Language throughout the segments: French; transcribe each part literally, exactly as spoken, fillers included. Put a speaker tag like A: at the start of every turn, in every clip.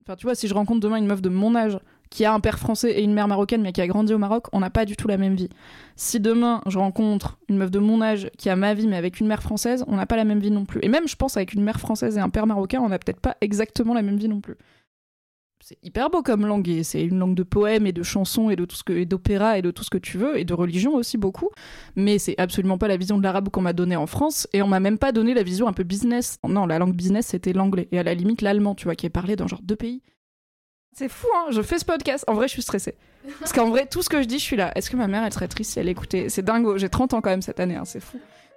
A: Enfin, tu vois, si je rencontre demain une meuf de mon âge qui a un père français et une mère marocaine, mais qui a grandi au Maroc, on n'a pas du tout la même vie. Si demain, je rencontre une meuf de mon âge qui a ma vie, mais avec une mère française, on n'a pas la même vie non plus. Et même, je pense, avec une mère française et un père marocain, on n'a peut-être pas exactement la même vie non plus. C'est hyper beau comme langue, et c'est une langue de poèmes et de chansons et de tout ce que, et d'opéra et de tout ce que tu veux, et de religion aussi beaucoup, mais c'est absolument pas la vision de l'arabe qu'on m'a donnée en France, et on m'a même pas donné la vision un peu business. Non, la langue business, c'était l'anglais, et à la limite l'allemand, tu vois, qui est parlé dans genre deux pays. C'est fou, hein, je fais ce podcast, en vrai je suis stressée. Parce qu'en vrai, tout ce que je dis, je suis là. Est-ce que ma mère, elle serait triste si elle écoutait ? C'est dingo, j'ai trente ans quand même cette année, hein, c'est fou.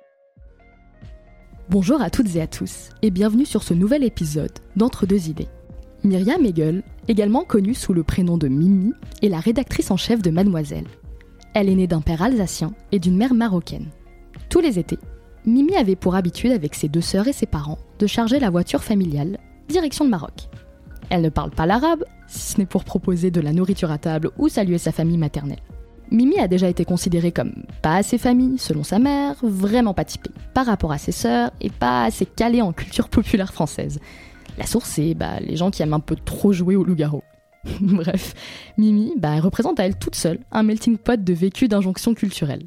B: Bonjour à toutes et à tous, et bienvenue sur ce nouvel épisode d'Entre deux idées. Myriam Hegel, également connue sous le prénom de Mimi, est la rédactrice en chef de Mademoiselle. Elle est née d'un père alsacien et d'une mère marocaine. Tous les étés, Mimi avait pour habitude avec ses deux sœurs et ses parents de charger la voiture familiale, direction le Maroc. Elle ne parle pas l'arabe, si ce n'est pour proposer de la nourriture à table ou saluer sa famille maternelle. Mimi a déjà été considérée comme pas assez famille, selon sa mère, vraiment pas typée par rapport à ses sœurs et pas assez calée en culture populaire française. La source, c'est bah, les gens qui aiment un peu trop jouer au loup-garou. Bref, Mimi bah, elle représente à elle toute seule un melting pot de vécu d'injonctions culturelles.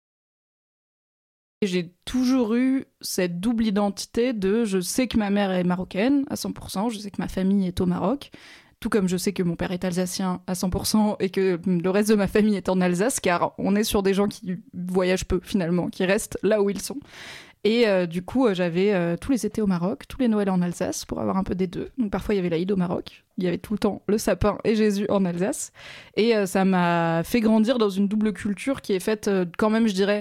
A: J'ai toujours eu cette double identité de je sais que ma mère est marocaine à cent pour cent, je sais que ma famille est au Maroc, tout comme je sais que mon père est alsacien à cent pour cent et que le reste de ma famille est en Alsace, car on est sur des gens qui voyagent peu finalement, qui restent là où ils sont. Et euh, du coup, euh, j'avais euh, tous les étés au Maroc, tous les Noëls en Alsace, pour avoir un peu des deux. Donc parfois, il y avait l'Aïd au Maroc, il y avait tout le temps le sapin et Jésus en Alsace. Et euh, ça m'a fait grandir dans une double culture qui est faite euh, quand même, je dirais,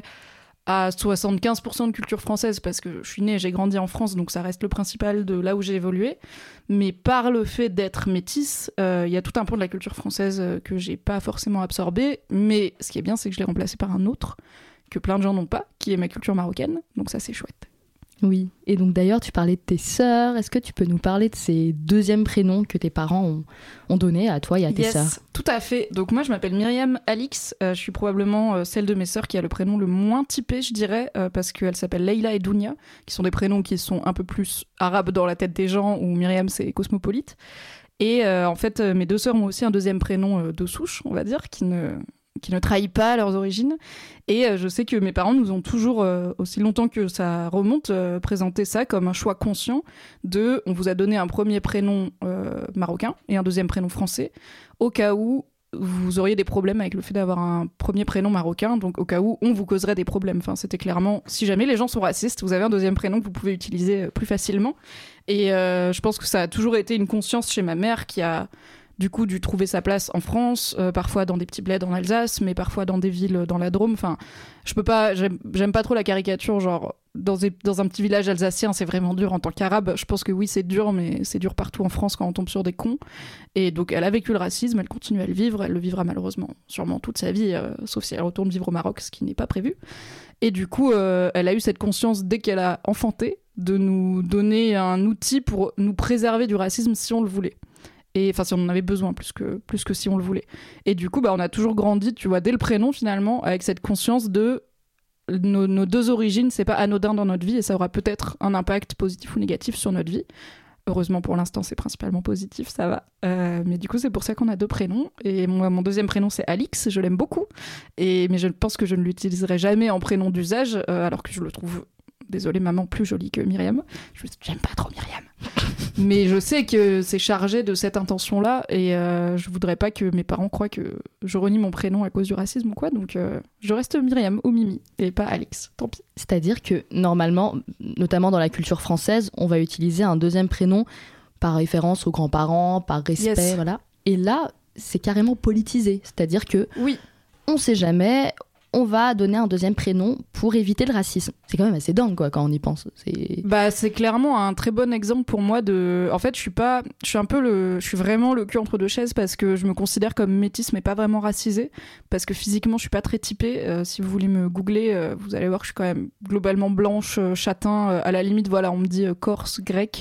A: à soixante-quinze pour cent de culture française, parce que je suis née et j'ai grandi en France, donc ça reste le principal de là où j'ai évolué. Mais par le fait d'être métisse, il euh, y a tout un pan de la culture française euh, que j'ai pas forcément absorbé. Mais ce qui est bien, c'est que je l'ai remplacé par un autre, que plein de gens n'ont pas, qui est ma culture marocaine, donc ça c'est chouette.
B: Oui, et donc d'ailleurs tu parlais de tes sœurs, est-ce que tu peux nous parler de ces deuxièmes prénoms que tes parents ont, ont donnés à toi et à tes
A: yes,
B: sœurs ?
A: Tout à fait, donc moi je m'appelle Myriam Alix, euh, je suis probablement euh, celle de mes sœurs qui a le prénom le moins typé, je dirais, euh, parce qu'elles s'appellent Leïla et Dounia, qui sont des prénoms qui sont un peu plus arabes dans la tête des gens, où Myriam c'est cosmopolite. Et euh, en fait, euh, mes deux sœurs ont aussi un deuxième prénom euh, de souche, on va dire, qui ne... qui ne trahit pas leurs origines. Et euh, je sais que mes parents nous ont toujours, euh, aussi longtemps que ça remonte, euh, présenté ça comme un choix conscient de « on vous a donné un premier prénom euh, marocain et un deuxième prénom français, au cas où vous auriez des problèmes avec le fait d'avoir un premier prénom marocain, donc au cas où on vous causerait des problèmes. » Enfin, c'était clairement, si jamais les gens sont racistes, vous avez un deuxième prénom que vous pouvez utiliser plus facilement. Et euh, je pense que ça a toujours été une conscience chez ma mère qui a du coup dû trouver sa place en France, euh, parfois dans des petits bleds en Alsace, mais parfois dans des villes dans la Drôme. Enfin, je peux pas, j'aime, j'aime pas trop la caricature, genre dans, des, dans un petit village alsacien, c'est vraiment dur en tant qu'arabe. Je pense que oui, c'est dur, mais c'est dur partout en France quand on tombe sur des cons. Et donc, elle a vécu le racisme, elle continue à le vivre, elle le vivra malheureusement sûrement toute sa vie, euh, sauf si elle retourne vivre au Maroc, ce qui n'est pas prévu. Et du coup, euh, elle a eu cette conscience dès qu'elle a enfanté de nous donner un outil pour nous préserver du racisme si on le voulait. Et enfin, si on en avait besoin, plus que, plus que si on le voulait. Et du coup, bah, on a toujours grandi, tu vois, dès le prénom, finalement, avec cette conscience de nos, nos deux origines, c'est pas anodin dans notre vie et ça aura peut-être un impact positif ou négatif sur notre vie. Heureusement, pour l'instant, c'est principalement positif, ça va. Euh, mais du coup, c'est pour ça qu'on a deux prénoms. Et moi, mon deuxième prénom, c'est Alix, je l'aime beaucoup. Et, mais je pense que je ne l'utiliserai jamais en prénom d'usage, euh, alors que je le trouve... Désolée maman, plus jolie que Myriam. Je, j'aime pas trop Myriam. Mais je sais que c'est chargé de cette intention-là et euh, je voudrais pas que mes parents croient que je renie mon prénom à cause du racisme ou quoi. Donc euh, je reste Myriam ou Mimi et pas Alix. Tant pis.
B: C'est-à-dire que normalement, notamment dans la culture française, on va utiliser un deuxième prénom par référence aux grands-parents, par respect,
A: yes.
B: Voilà. Et là, c'est carrément politisé. C'est-à-dire que
A: oui.
B: On sait jamais... on va donner un deuxième prénom pour éviter le racisme. C'est quand même assez dingue, quoi, quand on y pense. C'est...
A: Bah, c'est clairement un très bon exemple pour moi de... En fait, je suis pas... Je suis un peu le... Je suis vraiment le cul entre deux chaises parce que je me considère comme métisse mais pas vraiment racisée. Parce que physiquement, je suis pas très typée. Euh, si vous voulez me googler, euh, vous allez voir que je suis quand même globalement blanche, euh, châtain. Euh, à la limite, voilà, on me dit euh, corse, grec.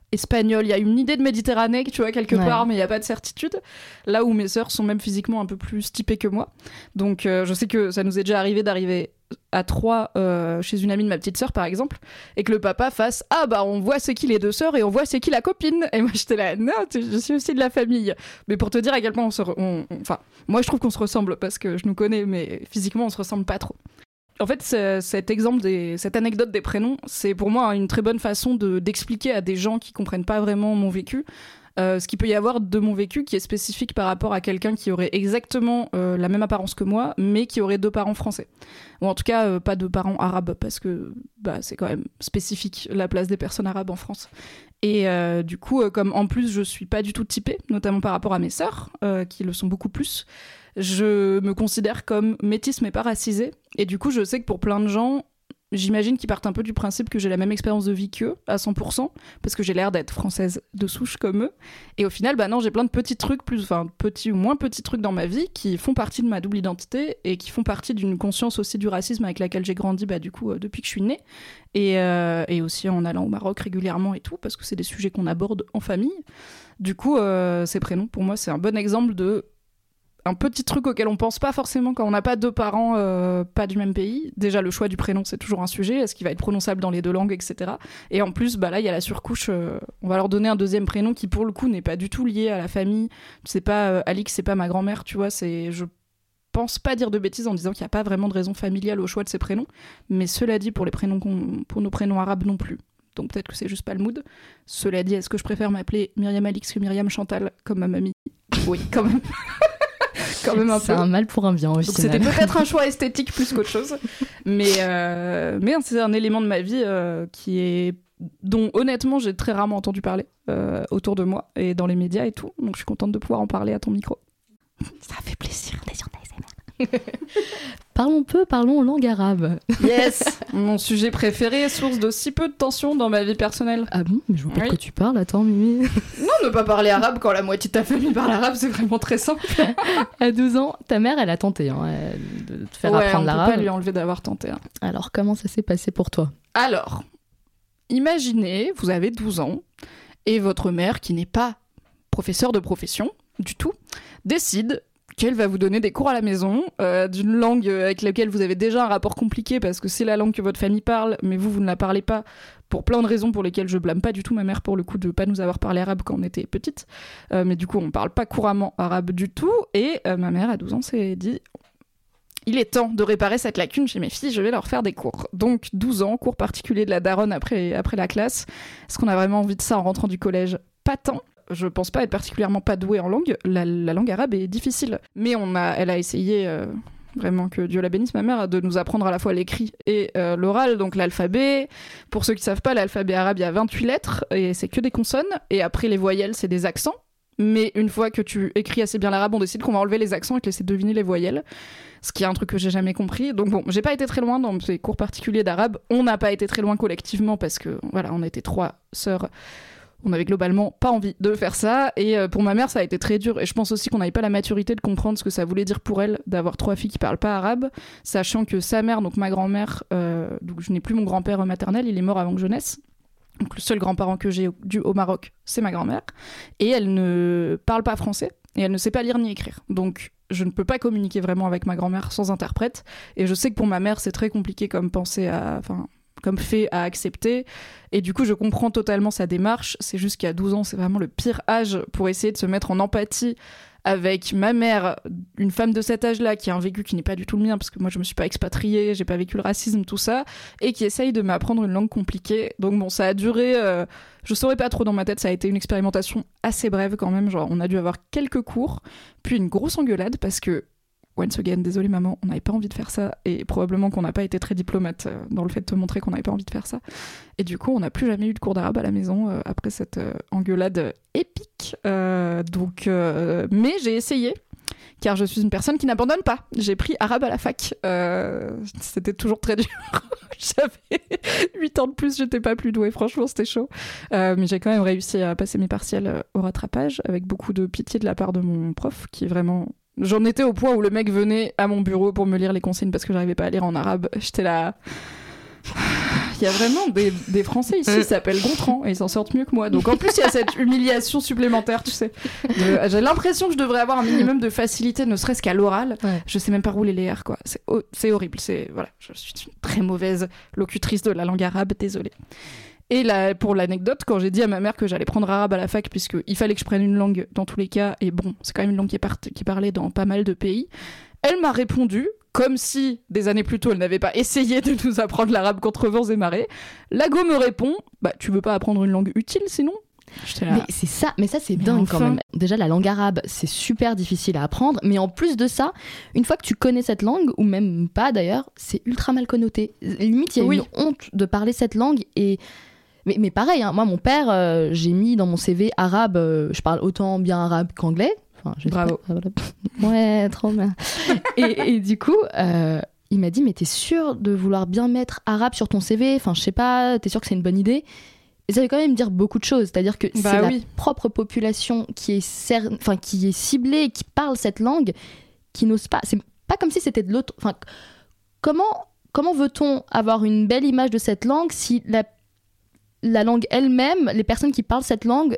A: espagnol, il y a une idée de Méditerranée, tu vois, quelque
B: ouais.
A: part, mais il n'y a pas de certitude. Là où mes sœurs sont même physiquement un peu plus typées que moi. Donc euh, je sais que ça nous est déjà arrivé d'arriver à trois euh, chez une amie de ma petite sœur, par exemple, et que le papa fasse « Ah bah on voit c'est qui les deux sœurs et on voit c'est qui la copine !» Et moi j'étais là « Non, je suis aussi de la famille !» Mais pour te dire à quel point on se... Re- on, on, enfin, moi je trouve qu'on se ressemble parce que je nous connais, mais physiquement on se ressemble pas trop. En fait, cet exemple, des, cette anecdote des prénoms, c'est pour moi une très bonne façon de, d'expliquer à des gens qui comprennent pas vraiment mon vécu euh, ce qu'il peut y avoir de mon vécu qui est spécifique par rapport à quelqu'un qui aurait exactement euh, la même apparence que moi, mais qui aurait deux parents français. Ou en tout cas, euh, pas deux parents arabes, parce que bah, c'est quand même spécifique la place des personnes arabes en France. Et euh, du coup, euh, comme en plus je suis pas du tout typée, notamment par rapport à mes sœurs, euh, qui le sont beaucoup plus, je me considère comme métisse mais pas racisée. Et du coup, je sais que pour plein de gens, j'imagine qu'ils partent un peu du principe que j'ai la même expérience de vie qu'eux, à cent pour cent, parce que j'ai l'air d'être française de souche comme eux. Et au final, bah non, j'ai plein de petits trucs, plus, enfin, petits ou moins petits trucs dans ma vie qui font partie de ma double identité et qui font partie d'une conscience aussi du racisme avec laquelle j'ai grandi, bah, du coup, euh, depuis que je suis née. Et, euh, et aussi en allant au Maroc régulièrement et tout, parce que c'est des sujets qu'on aborde en famille. Du coup, euh, ces prénoms, pour moi, c'est un bon exemple de un petit truc auquel on pense pas forcément quand on n'a pas deux parents euh, pas du même pays. Déjà, le choix du prénom, c'est toujours un sujet. Est-ce qu'il va être prononçable dans les deux langues, et cetera. Et en plus, bah là, il y a la surcouche. Euh, on va leur donner un deuxième prénom qui, pour le coup, n'est pas du tout lié à la famille. C'est pas euh, Alix, c'est pas ma grand-mère, tu vois. C'est, je pense pas dire de bêtises en disant qu'il n'y a pas vraiment de raison familiale au choix de ces prénoms. Mais cela dit, pour les prénoms qu'on, pour nos prénoms arabes non plus. Donc peut-être que c'est juste pas le mood. Cela dit, est-ce que je préfère m'appeler Myriam Alix que Myriam Chantal comme ma mamie ? Oui, quand même. Quand même un
B: c'est
A: peu.
B: un mal pour un bien au
A: Donc
B: final.
A: c'était peut-être un choix esthétique plus qu'autre chose, mais euh, mais c'est un élément de ma vie euh, qui est dont honnêtement j'ai très rarement entendu parler euh, autour de moi et dans les médias et tout. Donc je suis contente de pouvoir en parler à ton micro.
B: Ça fait plaisir. On est sur A S M R. Parlons peu, parlons langue arabe.
A: Yes, mon sujet préféré, source de si peu de tension dans ma vie personnelle.
B: Ah bon ? Mais je vois pas
A: Oui.
B: de quoi tu parles, attends Mimi.
A: Non, ne pas parler arabe quand la moitié de ta famille parle arabe, c'est vraiment très simple.
B: À douze ans, ta mère, elle a tenté hein, de te faire
A: ouais,
B: apprendre
A: on
B: l'arabe.
A: peut pas lui enlever d'avoir tenté. Hein.
B: Alors, comment ça s'est passé pour toi ?
A: Alors, imaginez, vous avez douze ans, et votre mère, qui n'est pas professeure de profession du tout, décide qu'elle va vous donner des cours à la maison euh, d'une langue avec laquelle vous avez déjà un rapport compliqué parce que c'est la langue que votre famille parle, mais vous, vous ne la parlez pas pour plein de raisons pour lesquelles je blâme pas du tout ma mère pour le coup de pas nous avoir parlé arabe quand on était petite. Euh, mais du coup, on parle pas couramment arabe du tout. Et euh, ma mère, à douze ans, s'est dit... Il est temps de réparer cette lacune chez mes filles, je vais leur faire des cours. Donc douze ans, cours particulier de la daronne après, après la classe. Est-ce qu'on a vraiment envie de ça en rentrant du collège ? Pas tant. Je pense pas être particulièrement pas douée en langue. La, la langue arabe est difficile. Mais on a, elle a essayé, euh, vraiment que Dieu la bénisse ma mère, de nous apprendre à la fois l'écrit et euh, l'oral, donc l'alphabet. Pour ceux qui savent pas, l'alphabet arabe, il y a vingt-huit lettres et c'est que des consonnes. Et après les voyelles, c'est des accents. Mais une fois que tu écris assez bien l'arabe, on décide qu'on va enlever les accents et te laisser deviner les voyelles. Ce qui est un truc que j'ai jamais compris. Donc bon, j'ai pas été très loin dans ces cours particuliers d'arabe. On n'a pas été très loin collectivement parce que, voilà, on était trois sœurs. On avait globalement pas envie de faire ça. Et euh, pour ma mère, ça a été très dur. Et je pense aussi qu'on n'avait pas la maturité de comprendre ce que ça voulait dire pour elle d'avoir trois filles qui parlent pas arabe. Sachant que sa mère, donc ma grand-mère, euh, donc je n'ai plus mon grand-père maternel, il est mort avant que je naisse. Donc le seul grand-parent que j'ai du, au Maroc, c'est ma grand-mère. Et elle ne parle pas français. Et elle ne sait pas lire ni écrire. Donc je ne peux pas communiquer vraiment avec ma grand-mère sans interprète. Et je sais que pour ma mère, c'est très compliqué comme pensée à... Enfin, comme fait à accepter. Et du coup, je comprends totalement sa démarche. C'est juste qu'à douze ans, c'est vraiment le pire âge pour essayer de se mettre en empathie avec ma mère, une femme de cet âge-là, qui a un vécu qui n'est pas du tout le mien, parce que moi, je me suis pas expatriée, j'ai pas vécu le racisme, tout ça, et qui essaye de m'apprendre une langue compliquée. Donc bon, ça a duré... Euh, je saurais pas trop dans ma tête, ça a été une expérimentation assez brève quand même. Genre, on a dû avoir quelques cours, puis une grosse engueulade, parce que once again, désolée maman, on n'avait pas envie de faire ça, et probablement qu'on n'a pas été très diplomate dans le fait de te montrer qu'on n'avait pas envie de faire ça. Et du coup, on n'a plus jamais eu de cours d'arabe à la maison euh, après cette euh, engueulade épique. Euh, donc, euh, mais j'ai essayé, car je suis une personne qui n'abandonne pas. J'ai pris arabe à la fac. Euh, c'était toujours très dur. J'avais huit ans de plus, j'étais pas plus douée, franchement, c'était chaud. Euh, mais j'ai quand même réussi à passer mes partiels au rattrapage, avec beaucoup de pitié de la part de mon prof, qui est vraiment... J'en étais au point où le mec venait à mon bureau pour me lire les consignes parce que j'arrivais pas à lire en arabe. J'étais là... Il y a vraiment des, des Français ici qui s'appellent Gontran et ils s'en sortent mieux que moi. Donc en plus, il y a cette humiliation supplémentaire, tu sais. De, j'ai l'impression que je devrais avoir un minimum de facilité, ne serait-ce qu'à l'oral. Ouais. Je sais même pas rouler les R, quoi. C'est, oh, c'est horrible. C'est, voilà, je suis une très mauvaise locutrice de la langue arabe, désolée. Et là, pour l'anecdote, quand j'ai dit à ma mère que j'allais prendre arabe à la fac, puisqu'il fallait que je prenne une langue dans tous les cas, et bon, c'est quand même une langue qui est, part- qui est parlée dans pas mal de pays, elle m'a répondu, comme si des années plus tôt elle n'avait pas essayé de nous apprendre l'arabe contre vents et marées. Lago me répond, bah tu veux pas apprendre une langue utile sinon ?
B: Mais c'est ça, mais ça c'est mais dingue enfin... quand même. Déjà la langue arabe c'est super difficile à apprendre, mais en plus de ça, une fois que tu connais cette langue, ou même pas d'ailleurs, c'est ultra mal connoté. Limite il y a oui. une honte de parler cette langue et... Mais, mais pareil, hein, moi mon père, euh, j'ai mis dans mon C V arabe, euh, je parle autant bien arabe qu'anglais. Enfin,
A: Bravo.
B: Ouais, trop bien. et, et du coup, euh, il m'a dit, mais t'es sûr de vouloir bien mettre arabe sur ton C V ? Enfin, je sais pas, t'es sûr que c'est une bonne idée ? Et ça veut quand même dire beaucoup de choses. C'est-à-dire que bah c'est oui. la propre population qui est, cer- enfin, qui est ciblée, qui parle cette langue, qui n'ose pas. C'est pas comme si c'était de l'autre... Enfin, comment, comment veut-on avoir une belle image de cette langue si la, la langue elle-même, les personnes qui parlent cette langue...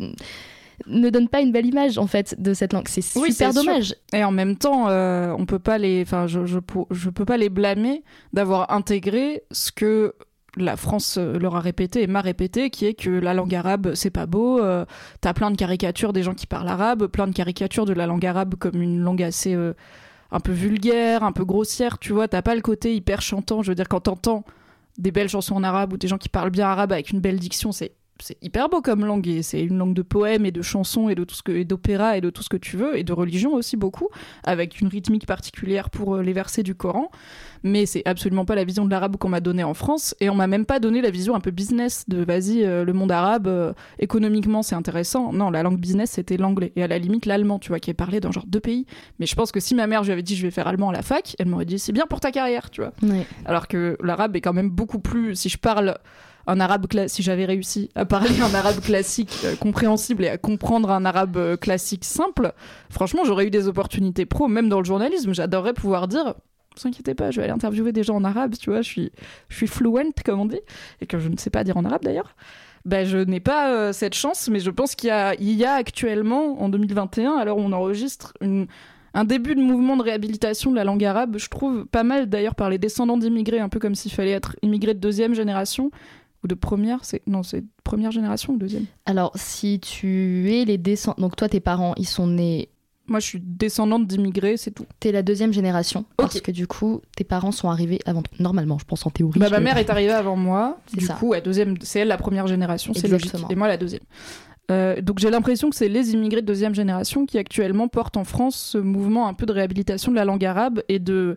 B: ne donne pas une belle image en fait de cette langue, c'est super oui, c'est dommage
A: sûr. Et en même temps euh, on peut pas les enfin je, je je peux pas les blâmer d'avoir intégré ce que la France leur a répété et m'a répété, qui est que la langue arabe c'est pas beau, euh, t'as plein de caricatures des gens qui parlent arabe, plein de caricatures de la langue arabe comme une langue assez euh, un peu vulgaire, un peu grossière, tu vois, t'as pas le côté hyper chantant. Je veux dire, quand t'entends des belles chansons en arabe ou des gens qui parlent bien arabe avec une belle diction, c'est c'est hyper beau comme langue, et c'est une langue de poèmes et de chansons et de tout ce que et d'opéra et de tout ce que tu veux, et de religion aussi beaucoup, avec une rythmique particulière pour les versets du Coran. Mais c'est absolument pas la vision de l'arabe qu'on m'a donnée en France, et on m'a même pas donné la vision un peu business de vas-y euh, le monde arabe euh, économiquement c'est intéressant. Non, la langue business c'était l'anglais, et à la limite l'allemand, tu vois, qui est parlé dans genre deux pays. Mais je pense que si ma mère je lui avais dit je vais faire allemand à la fac, elle m'aurait dit c'est bien pour ta carrière, tu vois.
B: Oui.
A: Alors que l'arabe est quand même beaucoup plus, si je parle un arabe cla- si j'avais réussi à parler un arabe classique euh, compréhensible et à comprendre un arabe euh, classique simple, franchement j'aurais eu des opportunités pro, même dans le journalisme. J'adorerais pouvoir dire ne vous inquiétez pas, je vais aller interviewer des gens en arabe, tu vois, je suis, je suis fluent comme on dit, et que je ne sais pas dire en arabe d'ailleurs. Ben, je n'ai pas euh, cette chance, mais je pense qu'il y a, il y a actuellement en deux mille vingt et un, à l'heure où on enregistre, une un début de mouvement de réhabilitation de la langue arabe, je trouve pas mal d'ailleurs par les descendants d'immigrés, un peu comme s'il fallait être immigré de deuxième génération. Ou de première, c'est non, c'est première génération ou deuxième ?
B: Alors, si tu es les descendants... Donc toi, tes parents, ils sont nés...
A: Moi, je suis descendante d'immigrés, c'est tout.
B: T'es la deuxième génération, okay. Parce que du coup, tes parents sont arrivés avant... Normalement, je pense en théorie.
A: Bah,
B: je...
A: ma mère est arrivée avant moi.
B: C'est
A: du
B: ça.
A: coup, ouais, deuxième, c'est elle la première génération, c'est
B: Exactement.
A: logique. Et moi, la deuxième. Euh, donc j'ai l'impression que c'est les immigrés de deuxième génération qui actuellement portent en France ce mouvement un peu de réhabilitation de la langue arabe et de...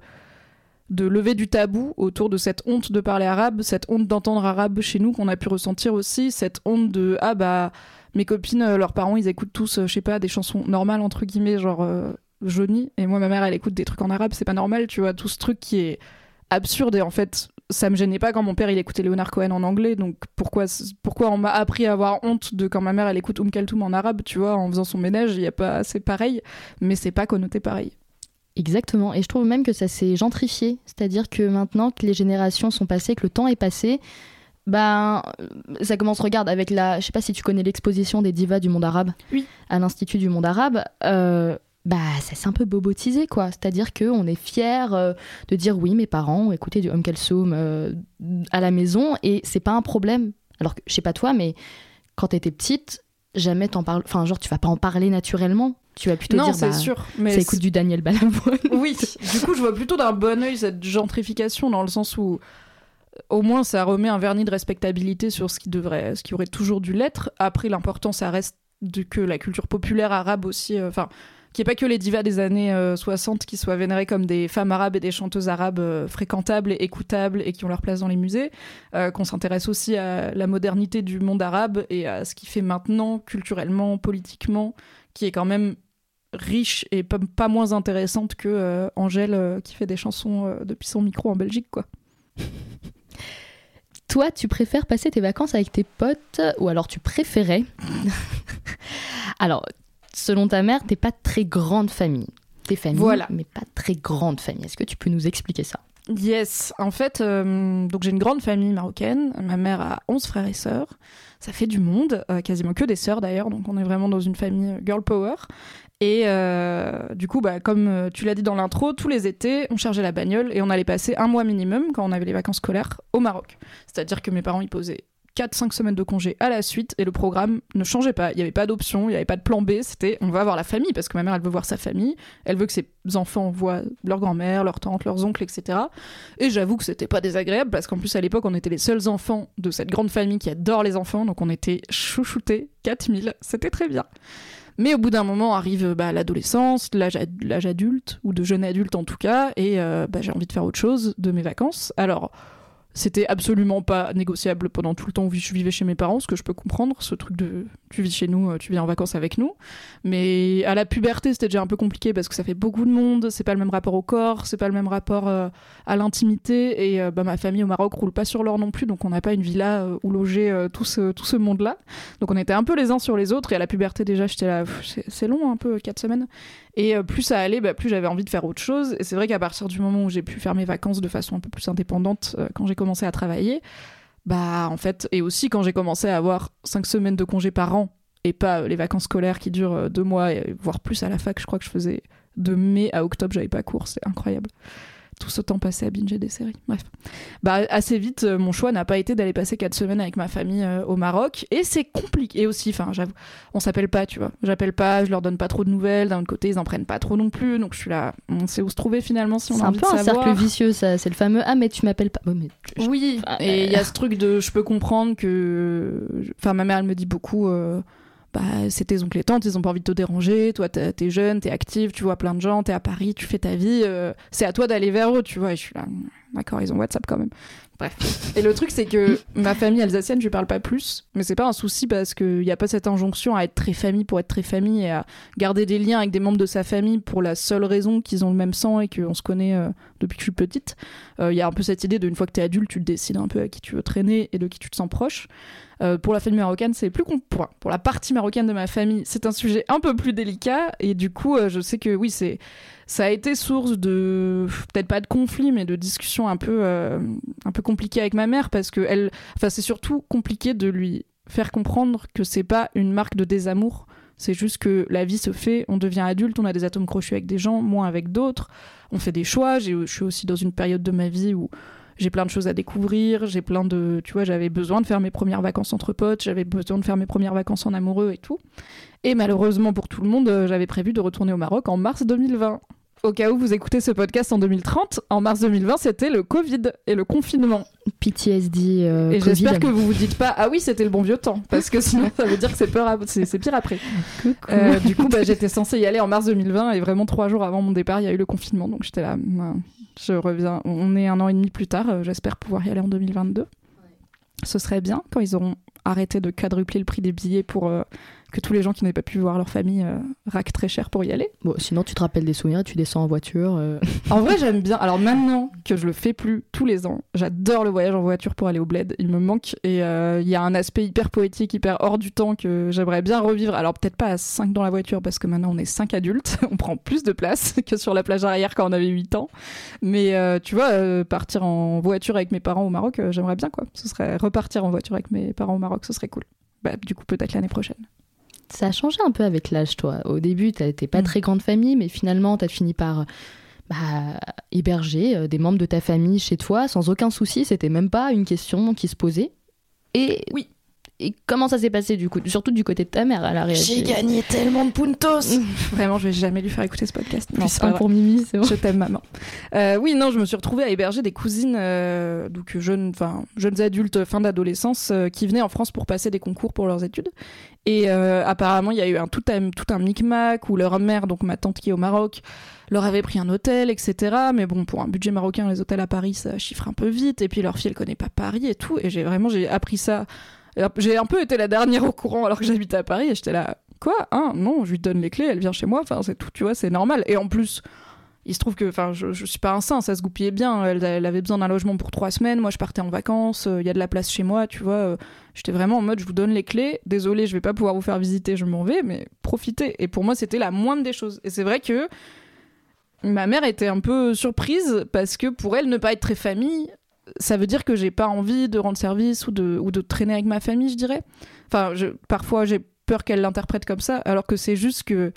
A: de lever du tabou autour de cette honte de parler arabe, cette honte d'entendre arabe chez nous qu'on a pu ressentir aussi, cette honte de ah bah mes copines, leurs parents ils écoutent tous, je sais pas, des chansons normales entre guillemets, genre euh, Johnny, et moi ma mère elle écoute des trucs en arabe, c'est pas normal, tu vois, tout ce truc qui est absurde. Et en fait ça me gênait pas quand mon père il écoutait Leonard Cohen en anglais, donc pourquoi, pourquoi on m'a appris à avoir honte de quand ma mère elle écoute Oum Kalthoum en arabe, tu vois, en faisant son ménage, y a pas, c'est pareil, mais c'est pas connoté pareil.
B: Exactement, et je trouve même que ça s'est gentrifié, c'est-à-dire que maintenant que les générations sont passées, que le temps est passé, ben ça commence, regarde, avec la, je sais pas si tu connais l'exposition des divas du monde arabe,
A: oui,
B: à l'Institut du monde arabe, euh, bah ça s'est un peu bobotisé quoi, c'est-à-dire qu'on est fiers euh, de dire oui mes parents ont écouté du Oum Kalthoum euh, à la maison, et c'est pas un problème. Alors que je sais pas toi, mais quand t'étais petite, jamais t'en parles, enfin genre tu vas pas en parler naturellement. Tu vas plutôt
A: non,
B: dire,
A: c'est
B: bah,
A: sûr, mais
B: ça écoute du Daniel Balavoine.
A: Oui, du coup, je vois plutôt d'un bon œil cette gentrification, dans le sens où, au moins, ça remet un vernis de respectabilité sur ce qui devrait, ce qui aurait toujours dû l'être. Après, l'important, ça reste de que la culture populaire arabe aussi, enfin, euh, qu'il n'y ait pas que les divas des années euh, soixante qui soient vénérées comme des femmes arabes et des chanteuses arabes euh, fréquentables et écoutables et qui ont leur place dans les musées, euh, qu'on s'intéresse aussi à la modernité du monde arabe et à ce qu'il fait maintenant, culturellement, politiquement, qui est quand même riche et pas, pas moins intéressante que euh, Angèle euh, qui fait des chansons euh, depuis son micro en Belgique, quoi.
B: Toi, tu préfères passer tes vacances avec tes potes, ou alors tu préférais... Alors, selon ta mère, t'es pas très grande famille. T'es famille,
A: voilà.
B: Mais pas très grande famille. Est-ce que tu peux nous expliquer ça ?
A: Yes, en fait, euh, donc j'ai une grande famille marocaine. Ma mère a onze frères et sœurs. Ça fait du monde, euh, quasiment que des sœurs d'ailleurs. Donc on est vraiment dans une famille girl power. Et euh, du coup, bah, comme tu l'as dit dans l'intro, tous les étés, on chargeait la bagnole et on allait passer un mois minimum, quand on avait les vacances scolaires, au Maroc. C'est-à-dire que mes parents, ils posaient quatre cinq semaines de congé à la suite et le programme ne changeait pas. Il n'y avait pas d'option, il n'y avait pas de plan B. C'était on va voir la famille parce que ma mère, elle veut voir sa famille. Elle veut que ses enfants voient leur grand-mère, leur tante, leurs oncles, et cetera. Et j'avoue que c'était pas désagréable parce qu'en plus, à l'époque, on était les seuls enfants de cette grande famille qui adore les enfants. Donc on était chouchoutés, quatre mille. C'était très bien. Mais au bout d'un moment arrive bah, l'adolescence, l'âge, ad- l'âge adulte, ou de jeune adulte en tout cas, et euh, bah, j'ai envie de faire autre chose de mes vacances. Alors, c'était absolument pas négociable pendant tout le temps où je vivais chez mes parents, ce que je peux comprendre, ce truc de tu vis chez nous, tu viens en vacances avec nous. Mais à la puberté, c'était déjà un peu compliqué parce que ça fait beaucoup de monde, c'est pas le même rapport au corps, c'est pas le même rapport euh, à l'intimité, et euh, bah, ma famille au Maroc roule pas sur l'or non plus, donc on n'a pas une villa euh, où loger euh, tout, ce, tout ce monde-là. Donc on était un peu les uns sur les autres, et à la puberté déjà, j'étais là, pff, c'est, c'est long un peu, quatre semaines. Et euh, plus ça allait, bah, plus j'avais envie de faire autre chose. Et c'est vrai qu'à partir du moment où j'ai pu faire mes vacances de façon un peu plus indépendante, euh, quand j'ai commencé à travailler, bah en fait, et aussi quand j'ai commencé à avoir cinq semaines de congés par an, et pas euh, les vacances scolaires qui durent euh, deux mois, et, voire plus à la fac, je crois que je faisais de mai à octobre, j'avais pas cours, c'est incroyable. Tout ce temps passé à binger des séries. Bref. Bah, assez vite, euh, mon choix n'a pas été d'aller passer quatre semaines avec ma famille euh, au Maroc. Et c'est compliqué. Et aussi, enfin, j'avoue, on s'appelle pas, tu vois. J'appelle pas, je leur donne pas trop de nouvelles. D'un autre côté, ils en prennent pas trop non plus. Donc je suis là, on sait où se trouver finalement si on
B: c'est
A: a envie de
B: savoir. C'est un peu un
A: savoir.
B: cercle vicieux, ça. C'est le fameux ah, mais tu m'appelles pas. Oh, mais tu-
A: Oui,
B: Ah,
A: et il
B: euh,
A: y a ce truc de je peux comprendre que. Enfin, ma mère, elle me dit beaucoup. Euh... Bah, c'est tes oncles et tantes, ils ont pas envie de te déranger. Toi, t'es, t'es jeune, t'es active, tu vois plein de gens, t'es à Paris, tu fais ta vie. Euh, c'est à toi d'aller vers eux, tu vois. Et je suis là, d'accord, ils ont WhatsApp quand même. Bref. Et le truc, c'est que ma famille alsacienne, je lui parle pas plus. Mais c'est pas un souci parce qu'il y a pas cette injonction à être très famille pour être très famille et à garder des liens avec des membres de sa famille pour la seule raison qu'ils ont le même sang et qu'on se connaît euh, depuis que je suis petite. Il euh, y a un peu cette idée de une fois que t'es adulte, tu décides un peu à qui tu veux traîner et de qui tu te sens proche. Euh, pour la famille marocaine, c'est plus compliqué. Pour, pour la partie marocaine de ma famille, c'est un sujet un peu plus délicat. Et du coup, euh, je sais que oui, c'est, ça a été source de, peut-être pas de conflit, mais de discussions un peu, euh, un peu compliquées avec ma mère. Parce que elle, enfin, c'est surtout compliqué de lui faire comprendre que c'est pas une marque de désamour. C'est juste que la vie se fait, on devient adulte, on a des atomes crochus avec des gens, moins avec d'autres. On fait des choix. J'ai, je suis aussi dans une période de ma vie où j'ai plein de choses à découvrir, j'ai plein de... Tu vois, j'avais besoin de faire mes premières vacances entre potes, j'avais besoin de faire mes premières vacances en amoureux et tout. Et malheureusement pour tout le monde, euh, j'avais prévu de retourner au Maroc en mars deux mille vingt. Au cas où vous écoutez ce podcast en deux mille trente, en mars deux mille vingt, c'était le Covid et le confinement.
B: P T S D. Euh,
A: et
B: Covid.
A: j'espère que vous vous dites pas « Ah oui, c'était le bon vieux temps », parce que sinon ça veut dire que c'est, peur à... c'est, c'est pire après. Euh, du coup, bah, j'étais censée y aller en mars deux mille vingt et vraiment trois jours avant mon départ, il y a eu le confinement. Donc j'étais là... Euh, je reviens. On est un an et demi plus tard. Euh, j'espère pouvoir y aller en deux mille vingt-deux. Ouais. Ce serait bien quand ils auront arrêté de quadrupler le prix des billets pour euh, que tous les gens qui n'avaient pas pu voir leur famille euh, raquent très cher pour y aller.
B: Bon, sinon, tu te rappelles des souvenirs, tu descends en voiture. Euh...
A: En vrai, j'aime bien. Alors maintenant que je le fais plus tous les ans, j'adore le voyage en voiture pour aller au bled. Il me manque. Et il euh, y a un aspect hyper poétique, hyper hors du temps que j'aimerais bien revivre. Alors peut-être pas à cinq dans la voiture parce que maintenant on est cinq adultes. On prend plus de place que sur la plage arrière quand on avait huit ans. Mais euh, tu vois, euh, partir en voiture avec mes parents au Maroc, euh, j'aimerais bien quoi. Ce serait repartir en voiture avec mes parents au Maroc, ce serait cool. Bah, du coup, peut-être l'année prochaine.
B: Ça a changé un peu avec l'âge, toi. Au début, t'étais pas mmh. très grande famille, mais finalement, t'as fini par bah, héberger euh, des membres de ta famille chez toi sans aucun souci. C'était même pas une question qui se posait. Et
A: oui.
B: Et comment ça s'est passé du coup, surtout du côté de ta mère, elle a réagi.
A: J'ai gagné tellement de puntos. Vraiment, je vais jamais lui faire écouter ce podcast.
B: Non, c'est pas pour Mimi, c'est bon.
A: Je t'aime, maman. Euh, oui, non, je me suis retrouvée à héberger des cousines, euh, donc jeunes, enfin jeunes adultes, fin d'adolescence, euh, qui venaient en France pour passer des concours pour leurs études. Et euh, apparemment, il y a eu un tout un tout un micmac où leur mère, donc ma tante qui est au Maroc, leur avait pris un hôtel, et cetera. Mais bon, pour un budget marocain, les hôtels à Paris, ça chiffre un peu vite. Et puis leur fille, elle connaît pas Paris et tout. Et j'ai vraiment, j'ai appris ça. J'ai un peu été la dernière au courant alors que j'habitais à Paris et j'étais là, quoi hein non, je lui donne les clés, elle vient chez moi, enfin c'est tout, tu vois, c'est normal. Et en plus, il se trouve que, enfin, je, je suis pas un saint, ça se goupillait bien. Elle, elle avait besoin d'un logement pour trois semaines, moi je partais en vacances, il euh, y a de la place chez moi, tu vois. Euh, j'étais vraiment en mode, je vous donne les clés, désolé, je vais pas pouvoir vous faire visiter, je m'en vais, mais profitez. Et pour moi, c'était la moindre des choses. Et c'est vrai que ma mère était un peu surprise parce que pour elle, ne pas être très famille, ça veut dire que j'ai pas envie de rendre service ou de, ou de traîner avec ma famille, je dirais. Enfin, je, parfois, j'ai peur qu'elle l'interprète comme ça, alors que c'est juste que...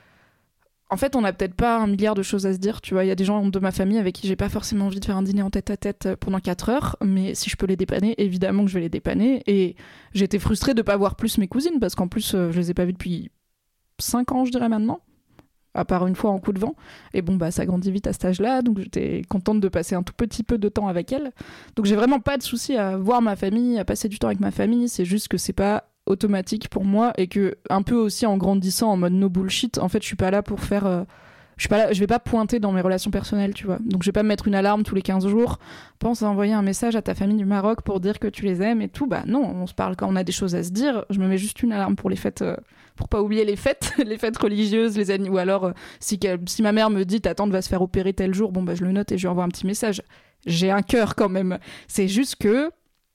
A: En fait, on n'a peut-être pas un milliard de choses à se dire, tu vois. Il y a des gens de ma famille avec qui j'ai pas forcément envie de faire un dîner en tête-à-tête pendant quatre heures, mais si je peux les dépanner, évidemment que je vais les dépanner. Et j'étais frustrée de pas voir plus mes cousines, parce qu'en plus, euh, je les ai pas vues depuis cinq ans, je dirais maintenant, à part une fois en coup de vent. Et bon, bah, ça grandit vite à cet âge-là, donc j'étais contente de passer un tout petit peu de temps avec elles. Donc j'ai vraiment pas de souci à voir ma famille, à passer du temps avec ma famille, c'est juste que c'est pas automatique pour moi, et que un peu aussi en grandissant en mode no bullshit, en fait je suis pas là pour faire euh, je suis pas là, je vais pas pointer dans mes relations personnelles, tu vois, donc je vais pas me mettre une alarme tous les quinze jours, pense à envoyer un message à ta famille du Maroc pour dire que tu les aimes et tout. Bah non, on se parle quand on a des choses à se dire. Je me mets juste une alarme pour les fêtes, euh, pour pas oublier les fêtes les fêtes religieuses, les anniversaires, ou alors euh, si, si ma mère me dit ta tante va se faire opérer tel jour, bon bah je le note et je lui envoie un petit message. J'ai un cœur quand même, c'est juste que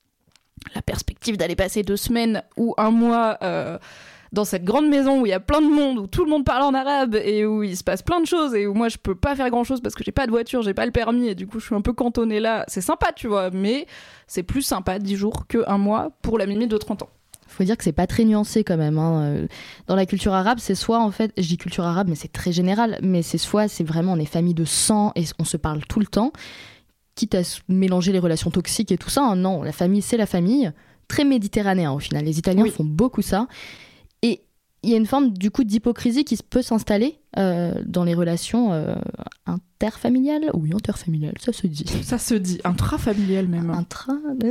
A: la perspective d'aller passer deux semaines ou un mois euh, dans cette grande maison où il y a plein de monde, où tout le monde parle en arabe et où il se passe plein de choses et où moi je peux pas faire grand chose parce que j'ai pas de voiture, j'ai pas le permis et du coup je suis un peu cantonnée là, c'est sympa, tu vois, mais c'est plus sympa dix jours qu'un mois pour la Mimi de trente ans.
B: Faut dire que c'est pas très nuancé quand même, hein. Dans la culture arabe, c'est soit en fait, je dis culture arabe mais c'est très général, mais c'est soit c'est vraiment on est famille de sang et on se parle tout le temps, quitte à mélanger les relations toxiques et tout ça, hein. Non, la famille, c'est la famille. Très méditerranéen, au final. Les Italiens oui. font beaucoup ça. Et il y a une forme, du coup, d'hypocrisie qui peut s'installer euh, dans les relations euh, interfamiliales. Oui, interfamiliales, ça se dit.
A: Ça se dit. Intrafamiliales, même.
B: Intra...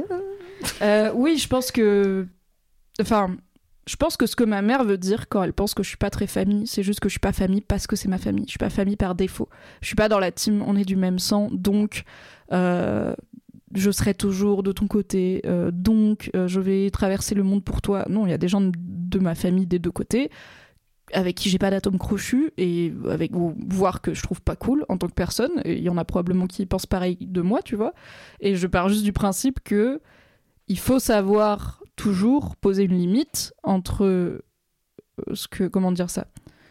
A: euh, oui, je pense que... Enfin... Je pense que ce que ma mère veut dire quand elle pense que je suis pas très famille, c'est juste que je suis pas famille parce que c'est ma famille. Je suis pas famille par défaut. Je suis pas dans la team, on est du même sang, donc euh, je serai toujours de ton côté, euh, donc euh, je vais traverser le monde pour toi. Non, il y a des gens de, de ma famille des deux côtés avec qui j'ai pas d'atome crochu et avec voire que je trouve pas cool en tant que personne. Il y en a probablement qui pensent pareil de moi, tu vois. Et je pars juste du principe que il faut savoir toujours poser une limite entre ce que... Comment dire ça ?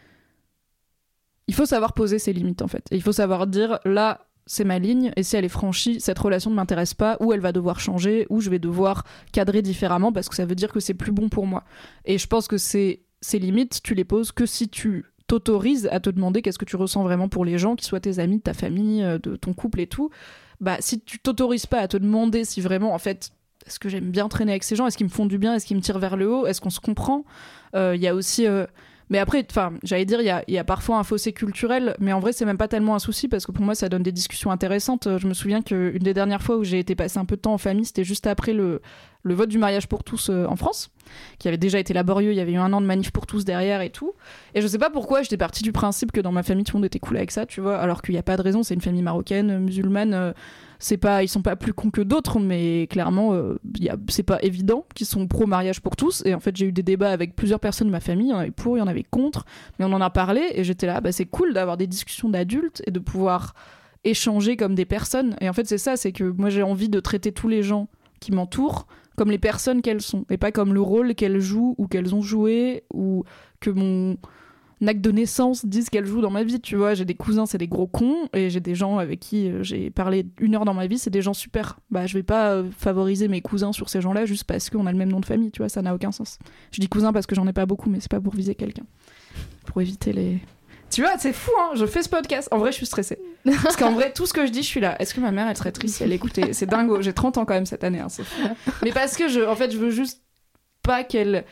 A: Il faut savoir poser ses limites, en fait. Et il faut savoir dire, là, c'est ma ligne, et si elle est franchie, cette relation ne m'intéresse pas, ou elle va devoir changer, ou je vais devoir cadrer différemment, parce que ça veut dire que c'est plus bon pour moi. Et je pense que c'est, ces limites, tu les poses que si tu t'autorises à te demander qu'est-ce que tu ressens vraiment pour les gens, qu'ils soient tes amis, ta famille, de ton couple et tout. Bah, si tu t'autorises pas à te demander si vraiment, en fait... Est-ce que j'aime bien traîner avec ces gens ? Est-ce qu'ils me font du bien ? Est-ce qu'ils me tirent vers le haut ? Est-ce qu'on se comprend ? Il euh, y a aussi... Euh... Mais après, j'allais dire, il y a, y a parfois un fossé culturel, mais en vrai, c'est même pas tellement un souci, parce que pour moi, ça donne des discussions intéressantes. Je me souviens qu'une des dernières fois où j'ai été passer un peu de temps en famille, c'était juste après le, le vote du mariage pour tous euh, en France, qui avait déjà été laborieux. Il y avait eu un an de manif pour tous derrière et tout. Et je sais pas pourquoi, j'étais partie du principe que dans ma famille, tout le monde était cool avec ça, tu vois, alors qu'il n'y a pas de raison. C'est une famille marocaine, musulmane... Euh... C'est pas, ils sont pas plus cons que d'autres, mais clairement, euh, y a, c'est pas évident qu'ils sont pro-mariage pour tous. Et en fait, j'ai eu des débats avec plusieurs personnes de ma famille. Il y en avait pour, il y en avait contre. Mais on en a parlé et j'étais là, bah, c'est cool d'avoir des discussions d'adultes et de pouvoir échanger comme des personnes. Et en fait, c'est ça, c'est que moi, j'ai envie de traiter tous les gens qui m'entourent comme les personnes qu'elles sont. Et pas comme le rôle qu'elles jouent ou qu'elles ont joué ou que mon... acte de naissance disent qu'elle joue dans ma vie, tu vois. J'ai des cousins, c'est des gros cons, et j'ai des gens avec qui j'ai parlé une heure dans ma vie, c'est des gens super. Bah, je vais pas euh, favoriser mes cousins sur ces gens-là juste parce qu'on a le même nom de famille, tu vois, ça n'a aucun sens. Je dis cousin parce que j'en ai pas beaucoup, mais c'est pas pour viser quelqu'un. Pour éviter les... Tu vois, c'est fou, hein, je fais ce podcast. En vrai, je suis stressée. Parce qu'en vrai, tout ce que je dis, je suis là. Est-ce que ma mère, elle serait triste si elle écoutait ? C'est dingo, j'ai trente ans quand même cette année, hein, c'est fou. Mais parce que, je, en fait, je veux juste pas qu'elle...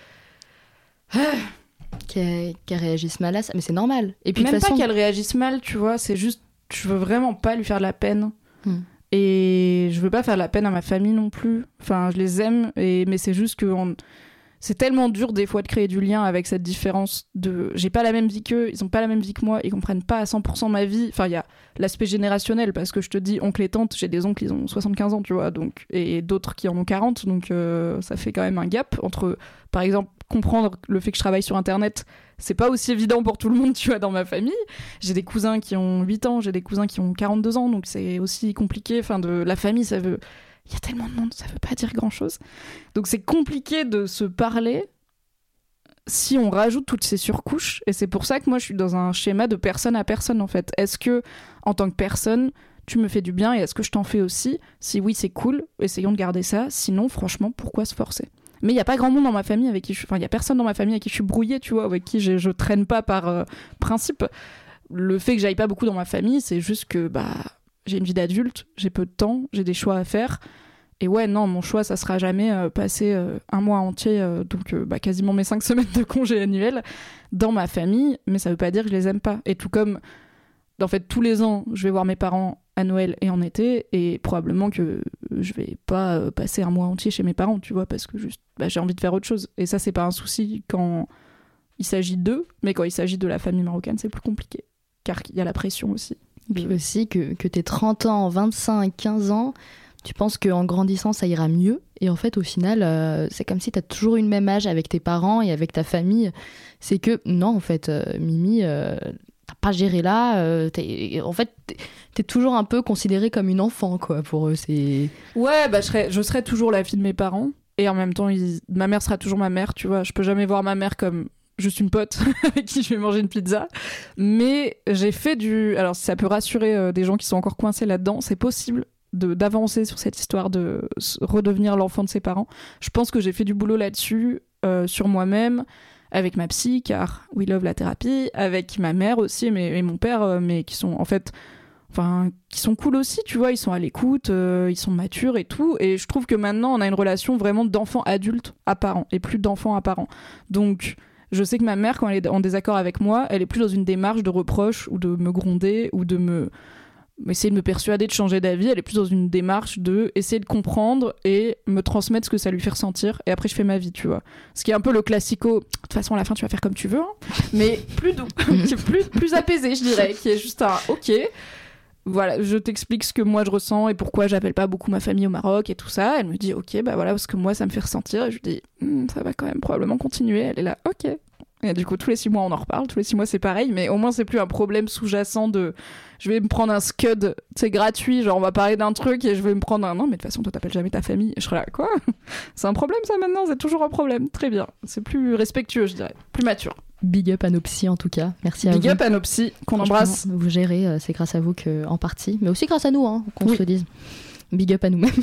B: Qu'elle, qu'elle réagisse mal à ça, mais c'est normal. Et puis
A: même
B: de façon...
A: pas qu'elle réagisse mal, tu vois, c'est juste, je veux vraiment pas lui faire de la peine.
B: Hmm.
A: Et je veux pas faire de la peine à ma famille non plus. Enfin, je les aime, et... mais c'est juste que on... c'est tellement dur des fois de créer du lien avec cette différence de... J'ai pas la même vie qu'eux, ils ont pas la même vie que moi, ils comprennent pas à cent pour cent ma vie. Enfin, il y a l'aspect générationnel, parce que je te dis, oncle et tante, j'ai des oncles, ils ont soixante-quinze ans, tu vois, donc... et d'autres qui en ont quarante, donc euh, ça fait quand même un gap entre, par exemple, comprendre le fait que je travaille sur internet, c'est pas aussi évident pour tout le monde, tu vois, dans ma famille. J'ai des cousins qui ont huit ans, j'ai des cousins qui ont quarante-deux ans, donc c'est aussi compliqué. Enfin, de la famille, ça veut... Il y a tellement de monde, ça veut pas dire grand-chose. Donc c'est compliqué de se parler si on rajoute toutes ces surcouches, et c'est pour ça que moi je suis dans un schéma de personne à personne en fait. Est-ce que en tant que personne, tu me fais du bien et est-ce que je t'en fais aussi ? Si oui, c'est cool, essayons de garder ça. Sinon, franchement, pourquoi se forcer ? Mais il y a pas grand monde dans ma famille avec qui je suis... Enfin, il y a personne dans ma famille avec qui je suis brouillée, tu vois, avec qui je, je traîne pas par euh, principe. Le fait que j'aille pas beaucoup dans ma famille, c'est juste que bah j'ai une vie d'adulte, j'ai peu de temps, j'ai des choix à faire. Et ouais, non, mon choix, ça sera jamais euh, passer euh, un mois entier, euh, donc euh, bah, quasiment mes cinq semaines de congé annuel, dans ma famille, mais ça veut pas dire que je les aime pas. Et tout comme, en fait, tous les ans, je vais voir mes parents à Noël et en été, et probablement que je vais pas euh, passer un mois entier chez mes parents, tu vois, parce que juste, bah, j'ai envie de faire autre chose. Et ça, c'est pas un souci quand il s'agit d'eux, mais quand il s'agit de la famille marocaine, c'est plus compliqué, car il y a la pression aussi.
B: Et puis aussi que, que t'aies trente ans, vingt-cinq, quinze ans... Tu penses qu'en grandissant, ça ira mieux. Et en fait, au final, euh, c'est comme si tu as toujours eu le même âge avec tes parents et avec ta famille. C'est que, non, en fait, euh, Mimi, euh, t'as pas géré là. Euh, t'es, en fait, t'es, t'es toujours un peu considérée comme une enfant, quoi, pour eux. C'est...
A: Ouais, bah, je serai, je serai toujours la fille de mes parents. Et en même temps, ils... ma mère sera toujours ma mère, tu vois. Je peux jamais voir ma mère comme juste une pote avec qui je vais manger une pizza. Mais j'ai fait du... Alors, si ça peut rassurer euh, des gens qui sont encore coincés là-dedans, c'est possible. De, d'avancer sur cette histoire de redevenir l'enfant de ses parents. Je pense que j'ai fait du boulot là-dessus, euh, sur moi-même, avec ma psy, car we love la thérapie, avec ma mère aussi, mais, et mon père, euh, mais qui sont en fait, enfin, qui sont cool aussi, tu vois, ils sont à l'écoute, euh, ils sont matures et tout, et je trouve que maintenant, on a une relation vraiment d'enfant adulte à parent, et plus d'enfant à parent. Donc, je sais que ma mère, quand elle est en désaccord avec moi, elle est plus dans une démarche de reproche, ou de me gronder, ou de me... essayer de me persuader de changer d'avis, elle est plus dans une démarche de essayer de comprendre et me transmettre ce que ça lui fait ressentir, et après je fais ma vie, tu vois. Ce qui est un peu le classico, de toute façon à la fin tu vas faire comme tu veux, hein, mais plus doux, plus, plus apaisé je dirais, qui est juste un ok, voilà, je t'explique ce que moi je ressens et pourquoi j'appelle pas beaucoup ma famille au Maroc et tout ça. Elle me dit ok, bah voilà, parce que moi ça me fait ressentir, et je lui dis hm, ça va quand même probablement continuer. Elle est là ok. Et du coup, tous les six mois, on en reparle. Tous les six mois, c'est pareil. Mais au moins, c'est plus un problème sous-jacent de... Je vais me prendre un scud, c'est gratuit. Genre, on va parler d'un truc et je vais me prendre un... Non, mais de toute façon, toi, t'appelles jamais ta famille. Et je serai là, quoi ? C'est un problème, ça, maintenant ? C'est toujours un problème. Très bien. C'est plus respectueux, je dirais. Plus mature.
B: Big up à nos psys, en tout cas. Merci à vous.
A: Big up à nos psys, qu'on embrasse.
B: Vous gérez, euh, c'est grâce à vous que, en partie. Mais aussi grâce à nous, hein, qu'on
A: oui.
B: se dise. Big up à nous-mêmes.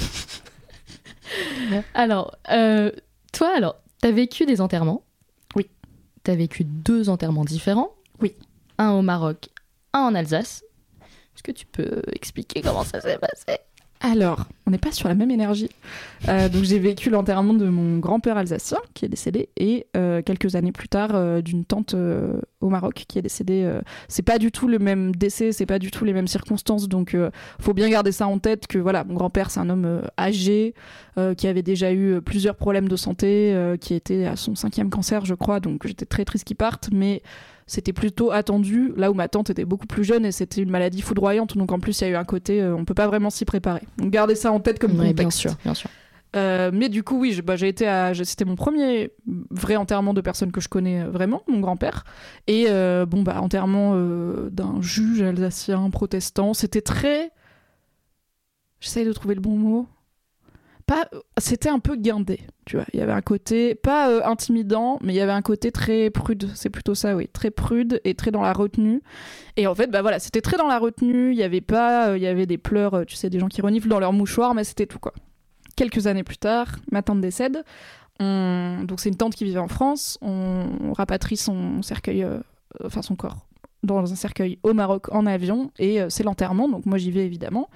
B: Alors, euh, toi, alors, t'as vécu des enterrements.
A: Oui.
B: T'as vécu deux enterrements différents.
A: Oui.
B: Un au Maroc, un en Alsace. Est-ce que tu peux expliquer comment ça s'est passé ?
A: Alors, on n'est pas sur la même énergie. Euh, donc j'ai vécu l'enterrement de mon grand-père alsacien qui est décédé, et euh, quelques années plus tard euh, d'une tante euh, au Maroc qui est décédée. Euh, c'est pas du tout le même décès, c'est pas du tout les mêmes circonstances, donc euh, faut bien garder ça en tête que voilà, mon grand-père c'est un homme euh, âgé euh, qui avait déjà eu plusieurs problèmes de santé, euh, qui était à son cinquième cancer je crois, donc j'étais très triste qu'il parte, mais c'était plutôt attendu, là où ma tante était beaucoup plus jeune et c'était une maladie foudroyante, donc en plus il y a eu un côté, euh, on peut pas vraiment s'y préparer. Donc gardez ça en tête comme
B: ouais,
A: contexte.
B: Bien sûr, bien sûr.
A: Euh, mais du coup, oui, je, bah, j'ai été à, je, c'était mon premier vrai enterrement de personne que je connais vraiment, mon grand-père. Et euh, bon, bah, enterrement euh, d'un juge alsacien protestant. C'était très. J'essaye de trouver le bon mot. Pas, c'était un peu guindé, tu vois. Il y avait un côté, pas euh, intimidant, mais il y avait un côté très prude. C'est plutôt ça, oui. Très prude et très dans la retenue. Et en fait, bah voilà, c'était très dans la retenue. Il y avait pas, euh, il y avait des pleurs, euh, tu sais, des gens qui reniflent dans leur mouchoir, mais c'était tout, quoi. Quelques années plus tard, ma tante décède. On... Donc c'est une tante qui vivait en France. On, on rapatrie son cercueil, euh... enfin son corps, dans un cercueil au Maroc en avion. Et euh, c'est l'enterrement, donc moi j'y vais évidemment.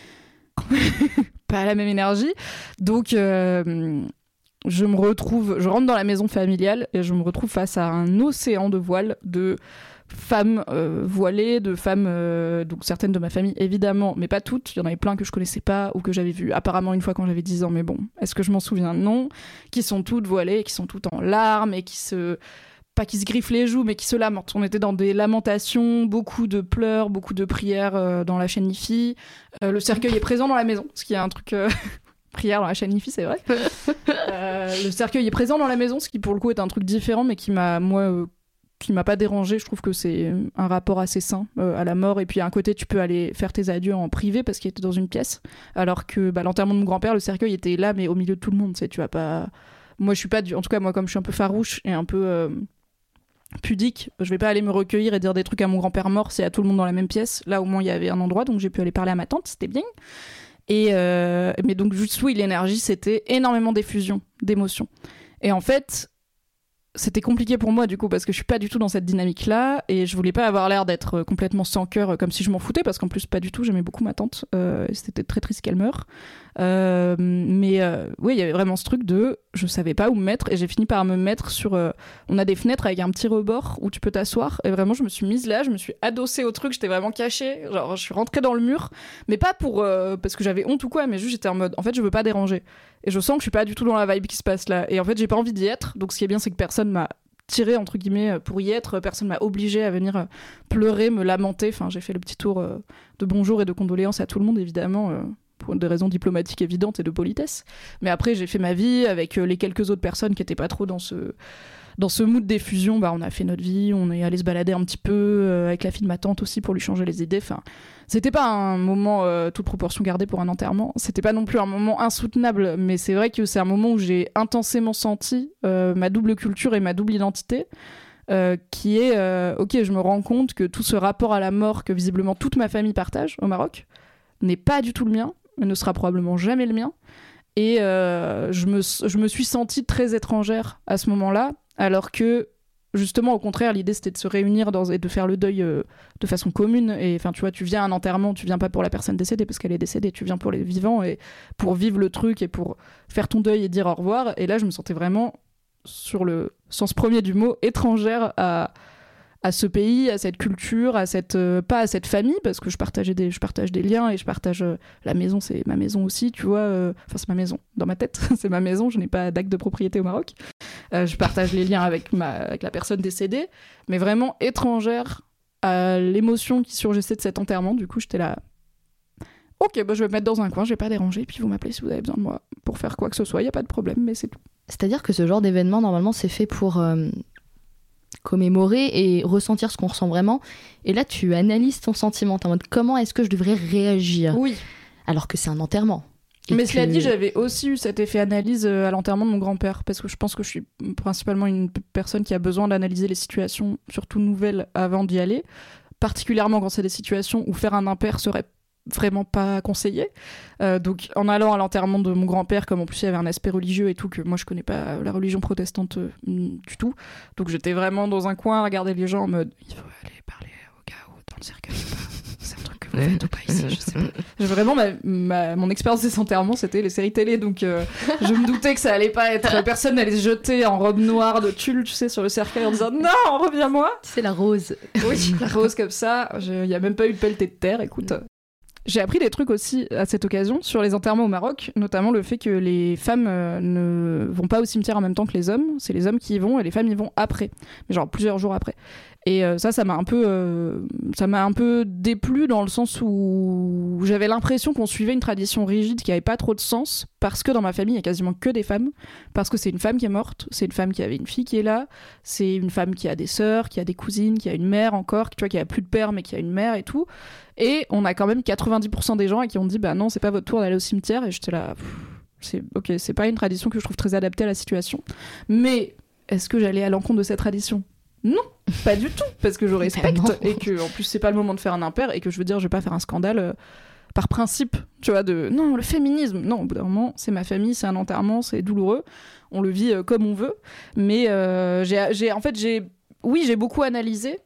A: Pas la même énergie. Donc euh, je me retrouve, je rentre dans la maison familiale et je me retrouve face à un océan de voiles, de femmes euh, voilées, de femmes, euh, donc certaines de ma famille évidemment, mais pas toutes, il y en avait plein que je connaissais pas ou que j'avais vu apparemment une fois quand j'avais dix ans, mais bon, est-ce que je m'en souviens? Non, qui sont toutes voilées, qui sont toutes en larmes et qui se... pas qui se griffent les joues, mais qui se lamentent. On était dans des lamentations, beaucoup de pleurs, beaucoup de prières euh, dans la chaîne Nifi. Euh, le cercueil est présent dans la maison, ce qui est un truc... Euh... prière dans la chaîne Nifi, c'est vrai. euh, le cercueil est présent dans la maison, ce qui pour le coup est un truc différent, mais qui m'a, moi... Euh, qui m'a pas dérangé. Je trouve que c'est un rapport assez sain euh, à la mort, et puis à un côté tu peux aller faire tes adieux en privé parce qu'il était dans une pièce, alors que bah, l'enterrement de mon grand-père, le cercueil était là mais au milieu de tout le monde, tu sais, tu vas pas moi je suis pas du... en tout cas moi comme je suis un peu farouche et un peu euh, pudique, je vais pas aller me recueillir et dire des trucs à mon grand-père mort, c'est à tout le monde dans la même pièce. Là au moins il y avait un endroit, donc j'ai pu aller parler à ma tante, c'était bien. Et euh... mais donc juste oui, l'énergie c'était énormément d'effusion, d'émotions. Et en fait c'était compliqué pour moi du coup parce que je suis pas du tout dans cette dynamique là et je voulais pas avoir l'air d'être complètement sans cœur comme si je m'en foutais parce qu'en plus pas du tout, j'aimais beaucoup ma tante euh, et c'était très triste qu'elle meure euh, mais euh, oui il y avait vraiment ce truc de je savais pas où me mettre et j'ai fini par me mettre sur euh, on a des fenêtres avec un petit rebord où tu peux t'asseoir et vraiment je me suis mise là, je me suis adossée au truc, j'étais vraiment cachée, genre je suis rentrée dans le mur mais pas pour euh, parce que j'avais honte ou quoi mais juste j'étais en mode en fait je veux pas déranger et je sens que je suis pas du tout dans la vibe qui se passe là et en fait j'ai pas envie d'y être donc ce qui est bien c'est que personne m'a tiré entre guillemets pour y être, personne m'a obligée à venir pleurer, me lamenter, enfin j'ai fait le petit tour de bonjour et de condoléances à tout le monde évidemment pour des raisons diplomatiques évidentes et de politesse mais après j'ai fait ma vie avec les quelques autres personnes qui étaient pas trop dans ce dans ce mood d'effusion, bah on a fait notre vie, on est allé se balader un petit peu euh, avec la fille de ma tante aussi pour lui changer les idées. Enfin, c'était pas un moment euh, toute proportion gardée pour un enterrement. C'était pas non plus un moment insoutenable, mais c'est vrai que c'est un moment où j'ai intensément senti euh, ma double culture et ma double identité. Euh, qui est, euh, ok, je me rends compte que tout ce rapport à la mort que visiblement toute ma famille partage au Maroc n'est pas du tout le mien, et ne sera probablement jamais le mien. Et euh, je, me, je me suis sentie très étrangère à ce moment-là, alors que justement au contraire l'idée c'était de se réunir dans, et de faire le deuil euh, de façon commune et enfin tu vois tu viens à un enterrement, tu viens pas pour la personne décédée parce qu'elle est décédée, tu viens pour les vivants et pour vivre le truc et pour faire ton deuil et dire au revoir. Et là je me sentais vraiment sur le sens premier du mot étrangère à à ce pays, à cette culture, à cette euh, pas à cette famille parce que je partageais des je partage des liens et je partage euh, la maison, c'est ma maison aussi, tu vois, euh, enfin c'est ma maison dans ma tête, c'est ma maison, je n'ai pas d'acte de propriété au Maroc. Euh, je partage les liens avec ma avec la personne décédée, mais vraiment étrangère à l'émotion qui surgissait de cet enterrement. Du coup, j'étais là OK, bah je vais me mettre dans un coin, je vais pas déranger, puis vous m'appelez si vous avez besoin de moi pour faire quoi que ce soit, il y a pas de problème, mais c'est tout.
B: C'est-à-dire que ce genre d'événement normalement c'est fait pour euh... commémorer et ressentir ce qu'on ressent vraiment. Et là, tu analyses ton sentiment. T'es en mode, comment est-ce que je devrais réagir ?
A: Oui.
B: Alors que c'est un enterrement.
A: Et Mais que... cela dit, j'avais aussi eu cet effet analyse à l'enterrement de mon grand-père, parce que je pense que je suis principalement une personne qui a besoin d'analyser les situations, surtout nouvelles, avant d'y aller, particulièrement quand c'est des situations où faire un impair serait vraiment pas conseillé. Euh, donc en allant à l'enterrement de mon grand-père, comme en plus il y avait un aspect religieux et tout, que moi je connais pas la religion protestante euh, du tout, donc j'étais vraiment dans un coin à regarder les gens en mode il faut aller parler au gars ou dans le cercueil ou pas, c'est un truc que vous faites ou pas ici, je sais pas. Vraiment ma, ma, mon expérience des enterrements c'était les séries télé, donc euh, je me doutais que ça allait pas être, personne allait se jeter en robe noire de tulle, tu sais, sur le cercueil en disant non reviens-moi,
B: c'est la rose. Oui,
A: la rose comme ça, il y a même pas eu de pelleté de terre, écoute. J'ai appris des trucs aussi à cette occasion sur les enterrements au Maroc, notamment le fait que les femmes euh, ne vont pas au cimetière en même temps que les hommes, c'est les hommes qui y vont et les femmes y vont après, mais genre plusieurs jours après. Et euh, ça, ça m'a un peu, euh, ça m'a un peu déplu dans le sens où j'avais l'impression qu'on suivait une tradition rigide qui avait pas trop de sens, parce que dans ma famille il y a quasiment que des femmes, parce que c'est une femme qui est morte, c'est une femme qui avait une fille qui est là, c'est une femme qui a des sœurs, qui a des cousines, qui a une mère encore, tu vois, qui a plus de père mais qui a une mère et tout. Et on a quand même quatre-vingt-dix pour cent des gens qui ont dit bah non c'est pas votre tour d'aller au cimetière, et j'étais là pff, c'est ok, c'est pas une tradition que je trouve très adaptée à la situation, mais est-ce que j'allais à l'encontre de cette tradition ? Non, pas du tout, parce que je respecte et que en plus c'est pas le moment de faire un impair et que je veux dire je vais pas faire un scandale euh, par principe, tu vois, de non le féminisme, non au bout d'un moment c'est ma famille, c'est un enterrement, c'est douloureux, on le vit euh, comme on veut, mais euh, j'ai, j'ai en fait j'ai oui j'ai beaucoup analysé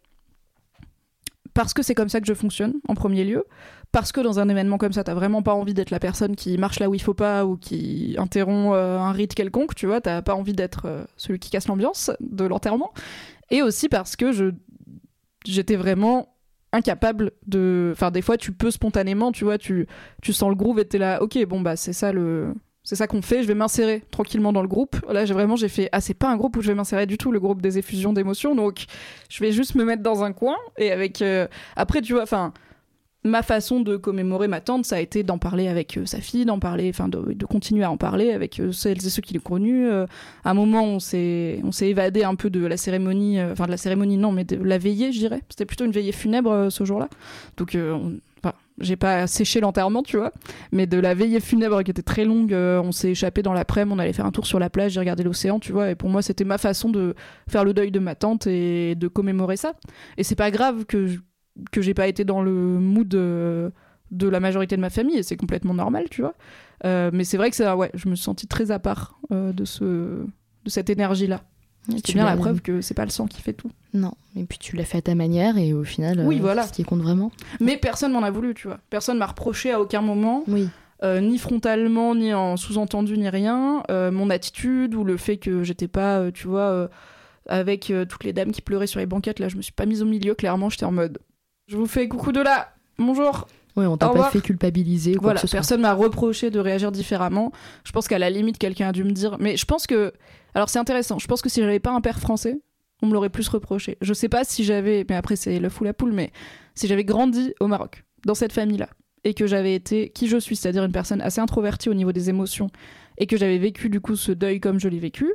A: parce que c'est comme ça que je fonctionne en premier lieu, parce que dans un événement comme ça t'as vraiment pas envie d'être la personne qui marche là où il faut pas ou qui interrompt euh, un rite quelconque, tu vois, t'as pas envie d'être euh, celui qui casse l'ambiance de l'enterrement. Et aussi parce que je, j'étais vraiment incapable de... Enfin, des fois, tu peux spontanément, tu vois, tu, tu sens le groove et t'es là, ok, bon, bah, c'est ça le... C'est ça qu'on fait, je vais m'insérer tranquillement dans le groupe. Là, j'ai vraiment, j'ai fait, ah, c'est pas un groupe où je vais m'insérer du tout, le groupe des effusions d'émotions, donc je vais juste me mettre dans un coin, et avec... Euh... Après, tu vois, enfin... ma façon de commémorer ma tante, ça a été d'en parler avec euh, sa fille, d'en parler, enfin de, de continuer à en parler avec euh, celles et ceux qui l'ont connue. Euh, à un moment, on s'est, on s'est évadé un peu de la cérémonie, enfin euh, de la cérémonie non, mais de la veillée, je dirais. C'était plutôt une veillée funèbre euh, ce jour-là. Donc, euh, on, enfin, j'ai pas séché l'enterrement, tu vois, mais de la veillée funèbre qui était très longue, euh, on s'est échappé dans l'après-midi, on allait faire un tour sur la plage, j'ai regardé l'océan, tu vois, et pour moi, c'était ma façon de faire le deuil de ma tante et de commémorer ça. Et c'est pas grave que je, que j'ai pas été dans le mood de, de la majorité de ma famille, et c'est complètement normal, tu vois. Euh, mais c'est vrai que ça, ouais, je me suis sentie très à part euh, de, ce, de cette énergie-là. C'est bien la preuve que c'est pas le sang qui fait tout.
B: Non, et puis tu l'as fait à ta manière, et au final,
A: oui,
B: euh,
A: voilà.
B: c'est ce qui compte vraiment.
A: Mais personne m'en a voulu, tu vois. Personne m'a reproché à aucun moment,
B: oui.
A: euh, ni frontalement, ni en sous-entendu, ni rien. Euh, mon attitude, ou le fait que j'étais pas, euh, tu vois, euh, avec euh, toutes les dames qui pleuraient sur les banquettes, là, je me suis pas mise au milieu, clairement, j'étais en mode... Je vous fais coucou de là, bonjour.
B: Oui, on t'a
A: Au
B: pas
A: revoir.
B: fait culpabiliser ou quoi
A: Voilà,
B: que ce soit.
A: personne m'a reproché de réagir différemment. Je pense qu'à la limite, quelqu'un a dû me dire... Mais je pense que... Alors, c'est intéressant. Je pense que si j'avais pas un père français, on me l'aurait plus reproché. Je sais pas si j'avais... Mais après, c'est l'œuf ou la poule, mais si j'avais grandi au Maroc, dans cette famille-là, et que j'avais été qui je suis, c'est-à-dire une personne assez introvertie au niveau des émotions, et que j'avais vécu, du coup, ce deuil comme je l'ai vécu,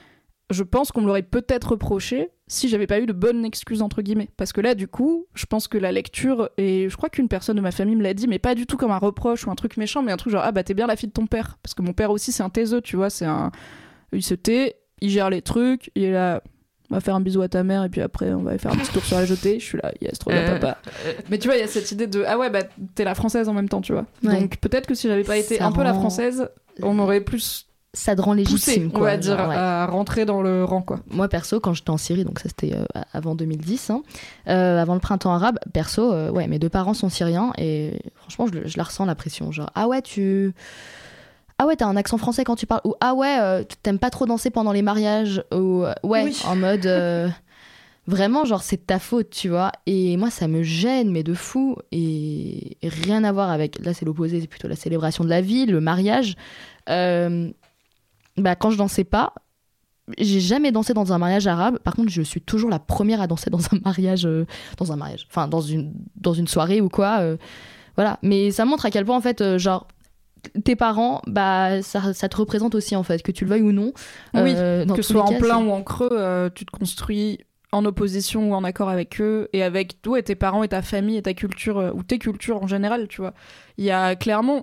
A: je pense qu'on me l'aurait peut-être reproché si j'avais pas eu de bonne excuse, entre guillemets. Parce que là, du coup, je pense que la lecture, et je crois qu'une personne de ma famille me l'a dit, mais pas du tout comme un reproche ou un truc méchant, mais un truc genre, ah bah t'es bien la fille de ton père. Parce que mon père aussi, c'est un taiseux, tu vois, c'est un... Il se tait, il gère les trucs, il est là, on va faire un bisou à ta mère, et puis après, on va faire un petit tour sur la jetée. Je suis là, yes, trop bien, papa. Mais tu vois, il y a cette idée de, ah ouais, bah t'es la française en même temps, tu vois.
B: Ouais.
A: Donc peut-être que si j'avais pas été
B: Ça
A: un peu la
B: rend-
A: française, on m'aurait plus...
B: Ça te rend légitime,
A: poussé,
B: quoi.
A: on va dire,
B: genre, ouais.
A: à rentrer dans le rang, quoi.
B: Moi, perso, quand j'étais en Syrie, donc ça c'était euh, avant deux mille dix, hein, euh, avant le printemps arabe, perso, euh, ouais, mes deux parents sont syriens, et franchement, je, je la ressens, la pression. Genre, ah ouais, tu... Ah ouais, t'as un accent français quand tu parles, ou ah ouais, euh, t'aimes pas trop danser pendant les mariages, ou euh, ouais,
A: Oui.
B: en mode... euh, Vraiment, genre, c'est de ta faute, tu vois. Et moi, ça me gêne, mais de fou. Et rien à voir avec... Là, c'est l'opposé, c'est plutôt la célébration de la vie, le mariage. Euh... Bah, quand je dansais pas, j'ai jamais dansé dans un mariage arabe. Par contre, je suis toujours la première à danser dans un mariage... euh, Dans un mariage. Enfin, dans une, dans une soirée ou quoi. euh, Voilà. Mais ça montre à quel point, en fait, euh, genre... Tes parents, bah, ça, ça te représente aussi, en fait, que tu le veuilles ou non.
A: Oui,
B: Euh, dans
A: que
B: tous
A: ce soit
B: les
A: en
B: cas,
A: plein
B: c'est-
A: ou en creux, euh, tu te construis en opposition ou en accord avec eux, et avec toi et tes parents et ta famille et ta culture, euh, ou tes cultures en général, tu vois. Il y a clairement...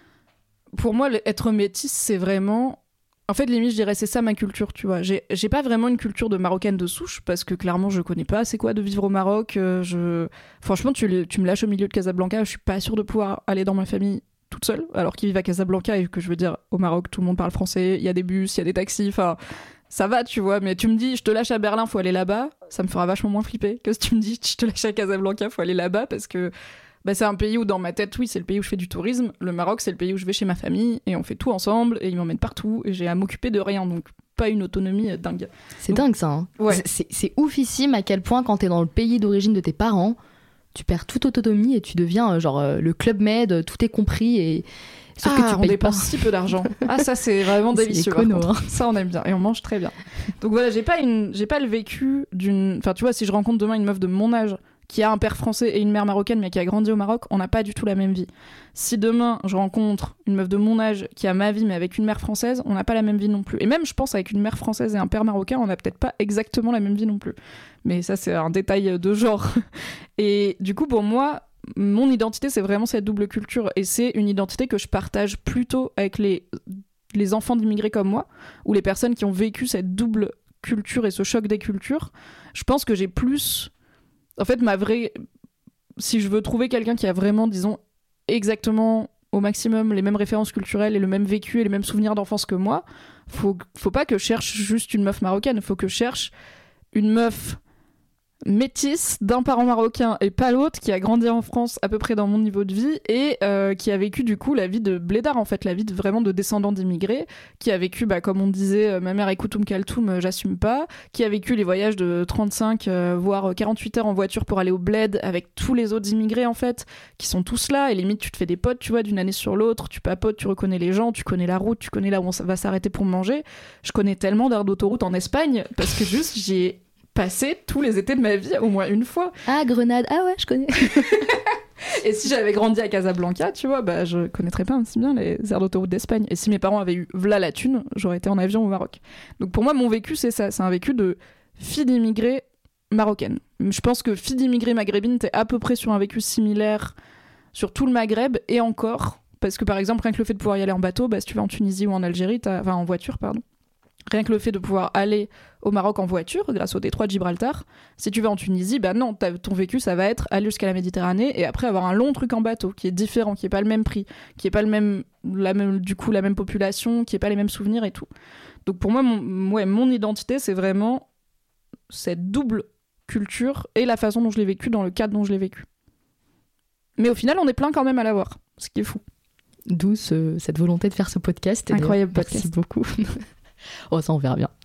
A: Pour moi, le- être métisse, c'est vraiment... En fait, limite, je dirais, c'est ça ma culture, tu vois. J'ai, j'ai pas vraiment une culture de marocaine de souche, parce que clairement, je connais pas c'est quoi de vivre au Maroc. euh, je... Franchement, tu, le- tu me lâches au milieu de Casablanca, je suis pas sûre de pouvoir aller dans ma famille toute seule, alors qu'ils vivent à Casablanca, et que je veux dire, au Maroc, tout le monde parle français, il y a des bus, il y a des taxis, enfin... Ça va, tu vois, mais tu me dis, je te lâche à Berlin, faut aller là-bas, ça me fera vachement moins flipper que si tu me dis, je te lâche à Casablanca, faut aller là-bas, parce que bah, c'est un pays où, dans ma tête, oui, c'est le pays où je fais du tourisme. Le Maroc, c'est le pays où je vais chez ma famille, et on fait tout ensemble, et ils m'emmènent partout, et j'ai à m'occuper de rien, donc pas une autonomie euh, dingue.
B: C'est
A: Donc-
B: dingue ça. Hein.
A: Ouais.
B: C'est- C'est, c'est oufissime à quel point quand t'es dans le pays d'origine de tes parents, tu perds toute autonomie et tu deviens euh, genre euh, le club med, euh, tout est compris et sauf
A: ah,
B: que tu
A: on
B: payes
A: dépense
B: pas.
A: si peu d'argent. Ah, ça, c'est vraiment
B: C'est
A: délicieux. par
B: écono,
A: contre.
B: hein.
A: Ça, on aime bien, et on mange très bien. Donc voilà, j'ai pas, une... j'ai pas le vécu d'une... Enfin, tu vois, si je rencontre demain une meuf de mon âge qui a un père français et une mère marocaine, mais qui a grandi au Maroc, on n'a pas du tout la même vie. Si demain, je rencontre une meuf de mon âge qui a ma vie, mais avec une mère française, on n'a pas la même vie non plus. Et même, je pense, avec une mère française et un père marocain, on n'a peut-être pas exactement la même vie non plus. Mais ça, c'est un détail de genre. Et du coup, pour moi, mon identité, c'est vraiment cette double culture. Et c'est une identité que je partage plutôt avec les, les enfants d'immigrés comme moi, ou les personnes qui ont vécu cette double culture et ce choc des cultures. Je pense que j'ai plus... En fait, ma vraie... Si je veux trouver quelqu'un qui a vraiment, disons, exactement au maximum les mêmes références culturelles et le même vécu et les mêmes souvenirs d'enfance que moi, faut, faut pas que je cherche juste une meuf marocaine, faut que je cherche une meuf métisse d'un parent marocain et pas l'autre, qui a grandi en France à peu près dans mon niveau de vie et euh, qui a vécu du coup la vie de blédard, en fait, la vie de, vraiment de descendant d'immigrés, qui a vécu, bah, comme on disait, euh, ma mère est Koutoum Kaltoum, euh, j'assume pas, qui a vécu les voyages de trente-cinq euh, voire quarante-huit heures en voiture pour aller au bled avec tous les autres immigrés, en fait, qui sont tous là, et limite tu te fais des potes, tu vois, d'une année sur l'autre, tu papotes, tu reconnais les gens, tu connais la route, tu connais là où on va s'arrêter pour manger. Je connais tellement d'aires d'autoroute en Espagne parce que juste j'ai passé tous les étés de ma vie au moins une fois.
B: Ah, Grenade, ah ouais, je connais.
A: Et si j'avais grandi à Casablanca, tu vois, bah, je connaîtrais pas aussi bien les aires d'autoroute d'Espagne. Et si mes parents avaient eu v'là la thune, j'aurais été en avion au Maroc. Donc pour moi, mon vécu, c'est ça. C'est un vécu de fille d'immigrés marocaine. Je pense que fille d'immigrés maghrébine, t'es à peu près sur un vécu similaire sur tout le Maghreb et encore. Parce que par exemple, rien que le fait de pouvoir y aller en bateau, bah, si tu vas en Tunisie ou en Algérie, t'as... enfin en voiture, pardon. Rien que le fait de pouvoir aller au Maroc en voiture, grâce au détroit de Gibraltar, si tu vas en Tunisie, bah non, ton vécu, ça va être aller jusqu'à la Méditerranée et après avoir un long truc en bateau, qui est différent, qui est pas le même prix, qui est pas le même, la même, du coup, la même population, qui est pas les mêmes souvenirs et tout. Donc pour moi, mon, ouais, mon identité, c'est vraiment cette double culture et la façon dont je l'ai vécu dans le cadre dont je l'ai vécu. Mais au final, on est plein quand même à l'avoir, ce qui est fou.
B: D'où ce, cette volonté de faire ce podcast.
A: Incroyable podcast.
B: Merci beaucoup. Oh, ça, on verra bien.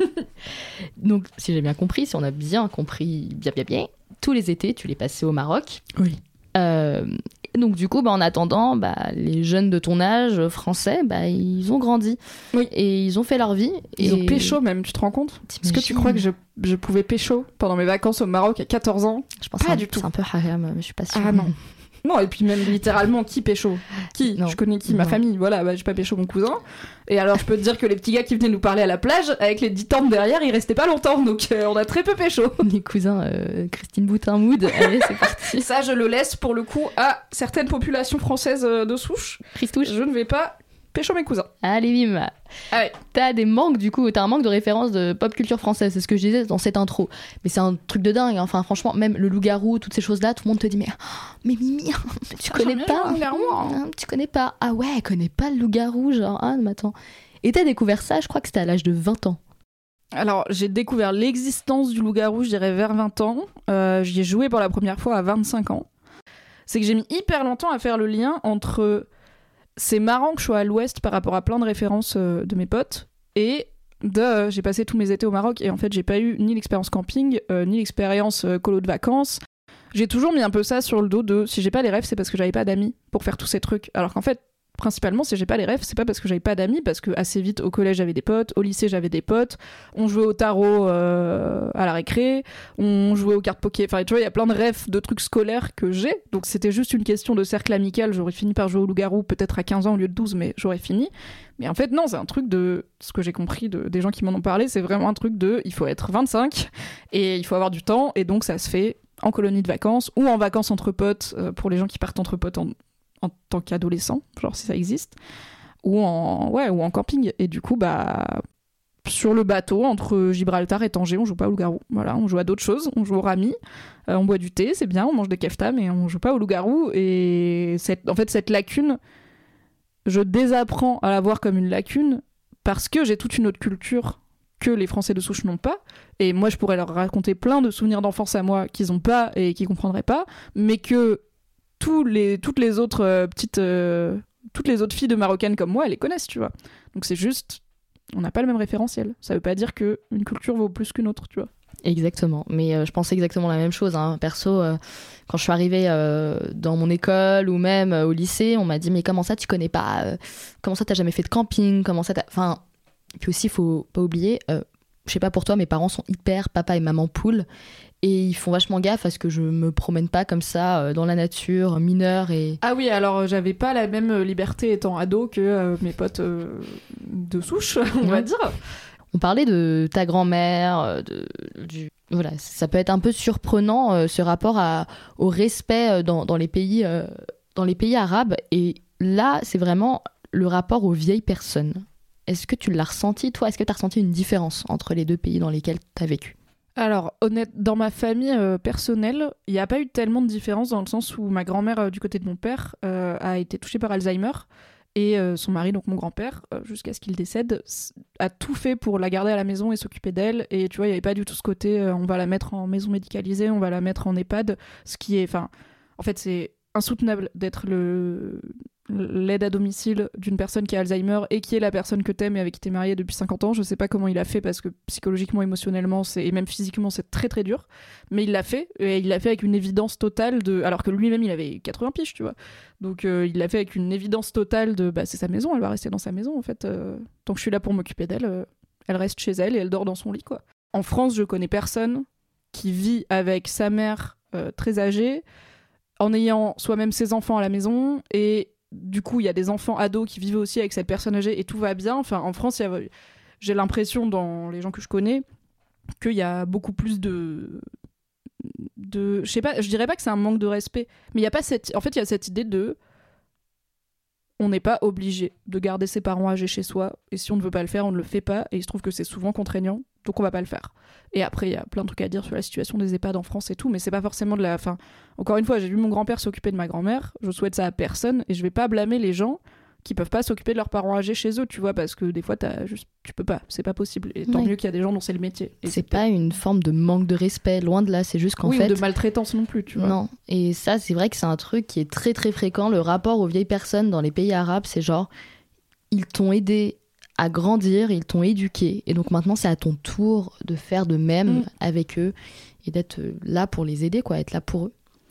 B: Donc, si j'ai bien compris, si on a bien compris, bien, bien, bien, tous les étés, tu les passais au Maroc.
A: Oui.
B: Euh, donc, du coup, bah, en attendant, bah, les jeunes de ton âge français, bah, ils ont grandi.
A: Oui.
B: Et ils ont fait leur vie.
A: Ils
B: et...
A: ont pécho même, tu te rends compte ? Est-ce que tu crois que je, je pouvais pécho pendant mes vacances au Maroc à quatorze ans ?
B: Je pense
A: pas
B: un,
A: du tout.
B: C'est un peu haram, mais je suis pas sûre.
A: Ah non. Non, et puis même littéralement, qui pécho ? Qui ?
B: Non.
A: Je connais qui ? Ma
B: Non.
A: famille. Voilà, bah, j'ai pas pécho mon cousin. Et alors, je peux te dire que les petits gars qui venaient nous parler à la plage, avec les dix tantes derrière, ils restaient pas longtemps. Donc, euh, on a très peu pécho.
B: Mes cousins, euh, Christine Boutin-Mood. Allez, c'est parti.
A: Ça, je le laisse pour le coup à certaines populations françaises euh, de souche.
B: Christouche.
A: Je ne vais pas pécho mes cousins.
B: Allez, bim.
A: Ah ouais.
B: T'as des manques, du coup, t'as un manque de références de pop culture française, c'est ce que je disais dans cette intro. Mais c'est un truc de dingue, hein. Enfin, franchement, même le loup-garou, toutes ces choses-là, tout le monde te dit, mais, mais Mimi, tu
A: Ah,
B: connais
A: j'aime bien
B: pas
A: le loup-garou, hein.
B: hein, Tu connais pas. Ah ouais, elle connaît pas le loup-garou, genre, ah, mais attends. Et t'as découvert ça, je crois que c'était à l'âge de vingt ans.
A: Alors, j'ai découvert l'existence du loup-garou, je dirais, vers vingt ans. Euh, j'y ai joué pour la première fois à vingt-cinq ans. C'est que j'ai mis hyper longtemps à faire le lien entre... C'est marrant que je sois à l'ouest par rapport à plein de références euh, de mes potes. Et de, euh, j'ai passé tous mes étés au Maroc et en fait, j'ai pas eu ni l'expérience camping, euh, ni l'expérience euh, colo de vacances. J'ai toujours mis un peu ça sur le dos de si j'ai pas les rêves, c'est parce que j'avais pas d'amis pour faire tous ces trucs. Alors qu'en fait, principalement, si j'ai pas les rêves, c'est pas parce que j'avais pas d'amis, parce que assez vite au collège j'avais des potes, au lycée j'avais des potes, on jouait au tarot euh, à la récré, on jouait aux cartes poké, enfin tu vois, il y a plein de rêves, de trucs scolaires que j'ai, donc c'était juste une question de cercle amical, j'aurais fini par jouer au loup-garou peut-être à quinze ans au lieu de douze, mais j'aurais fini. Mais en fait non, c'est un truc de, ce que j'ai compris de, des gens qui m'en ont parlé, c'est vraiment un truc de, il faut être vingt-cinq, et il faut avoir du temps, et donc ça se fait en colonie de vacances, ou en vacances entre potes, euh, pour les gens qui partent entre potes en en tant qu'adolescent, genre si ça existe, ou en, ouais, ou en camping. Et du coup, bah, sur le bateau, entre Gibraltar et Tanger, on joue pas au loup-garou. Voilà, on joue à d'autres choses, on joue au rami, euh, on boit du thé, c'est bien, on mange des keftas, mais on joue pas au loup-garou. Et cette, en fait, cette lacune, je désapprends à la voir comme une lacune parce que j'ai toute une autre culture que les Français de souche n'ont pas. Et moi, je pourrais leur raconter plein de souvenirs d'enfance à moi qu'ils ont pas et qu'ils comprendraient pas, mais que Tous les, toutes les autres euh, petites euh, toutes les autres filles de marocaines comme moi, elles les connaissent, tu vois. Donc c'est juste, on n'a pas le même référentiel. Ça veut pas dire que une culture vaut plus qu'une autre, tu vois.
B: Exactement, mais euh, je pensais exactement la même chose, hein. Perso, euh, quand je suis arrivée euh, dans mon école ou même euh, au lycée, on m'a dit mais comment ça tu connais pas euh, comment ça t'as jamais fait de camping, comment ça t'as... Enfin, et puis aussi faut pas oublier, euh, je sais pas pour toi, mes parents sont hyper papa et maman poule. Et ils font vachement gaffe à ce que je me promène pas comme ça euh, dans la nature, mineure et...
A: Ah oui, alors euh, j'avais pas la même liberté étant ado que euh, mes potes euh, de souche, on
B: Ouais.
A: va dire.
B: On parlait de ta grand-mère, de, du... Voilà, ça peut être un peu surprenant euh, ce rapport à, au respect euh, dans, dans, les pays, euh, dans les pays arabes. Et là, c'est vraiment le rapport aux vieilles personnes. Est-ce que tu l'as ressenti, toi ? Est-ce que tu as ressenti une différence entre les deux pays dans lesquels tu as vécu ?
A: Alors, honnête, dans ma famille euh, personnelle, il n'y a pas eu tellement de différence dans le sens où ma grand-mère, euh, du côté de mon père, euh, a été touchée par Alzheimer et euh, son mari, donc mon grand-père, euh, jusqu'à ce qu'il décède, a tout fait pour la garder à la maison et s'occuper d'elle. Et tu vois, il n'y avait pas du tout ce côté euh, on va la mettre en maison médicalisée, on va la mettre en EHPAD, ce qui est... Enfin, en fait, c'est insoutenable d'être le... l'aide à domicile d'une personne qui a Alzheimer et qui est la personne que t'aimes et avec qui t'es mariée depuis cinquante ans. Je sais pas comment il a fait parce que psychologiquement, émotionnellement c'est... et même physiquement c'est très très dur, mais il l'a fait et il l'a fait avec une évidence totale de... alors que lui-même il avait quatre-vingts piges, tu vois, donc euh, il l'a fait avec une évidence totale de bah c'est sa maison, elle va rester dans sa maison en fait, euh... tant que je suis là pour m'occuper d'elle, euh... elle reste chez elle et elle dort dans son lit, quoi. En France, je connais personne qui vit avec sa mère euh, très âgée en ayant soi-même ses enfants à la maison, et du coup, il y a des enfants ados qui vivent aussi avec cette personne âgée, et tout va bien. Enfin, en France, y a... j'ai l'impression, dans les gens que je connais, qu'il y a beaucoup plus de... de... Je sais pas, je dirais pas que c'est un manque de respect, mais il y a pas cette... En fait, il y a cette idée de... On n'est pas obligé de garder ses parents âgés chez soi, et si on ne veut pas le faire, on ne le fait pas, et il se trouve que c'est souvent contraignant, donc on va pas le faire. Et après, il y a plein de trucs à dire sur la situation des EHPAD en France et tout, mais c'est pas forcément de la... Enfin, encore une fois, j'ai vu mon grand-père s'occuper de ma grand-mère, je souhaite ça à personne, et je vais pas blâmer les gens qui peuvent pas s'occuper de leurs parents âgés chez eux, tu vois, parce que des fois, t'as juste... tu peux pas, c'est pas possible. Et tant
B: ouais.
A: mieux qu'il y a des gens dont c'est le métier. Et
B: c'est,
A: c'est
B: pas une forme de manque de respect, loin de là, c'est juste qu'en
A: oui,
B: fait...
A: ou de maltraitance non plus, tu vois.
B: Non, et ça, c'est vrai que c'est un truc qui est très très fréquent, le rapport aux vieilles personnes dans les pays arabes, c'est genre, ils t'ont aidé à grandir, ils t'ont éduqué, et donc maintenant, c'est à ton tour de faire de même mm. avec eux, et d'être là pour les aider, quoi, être là pour eux.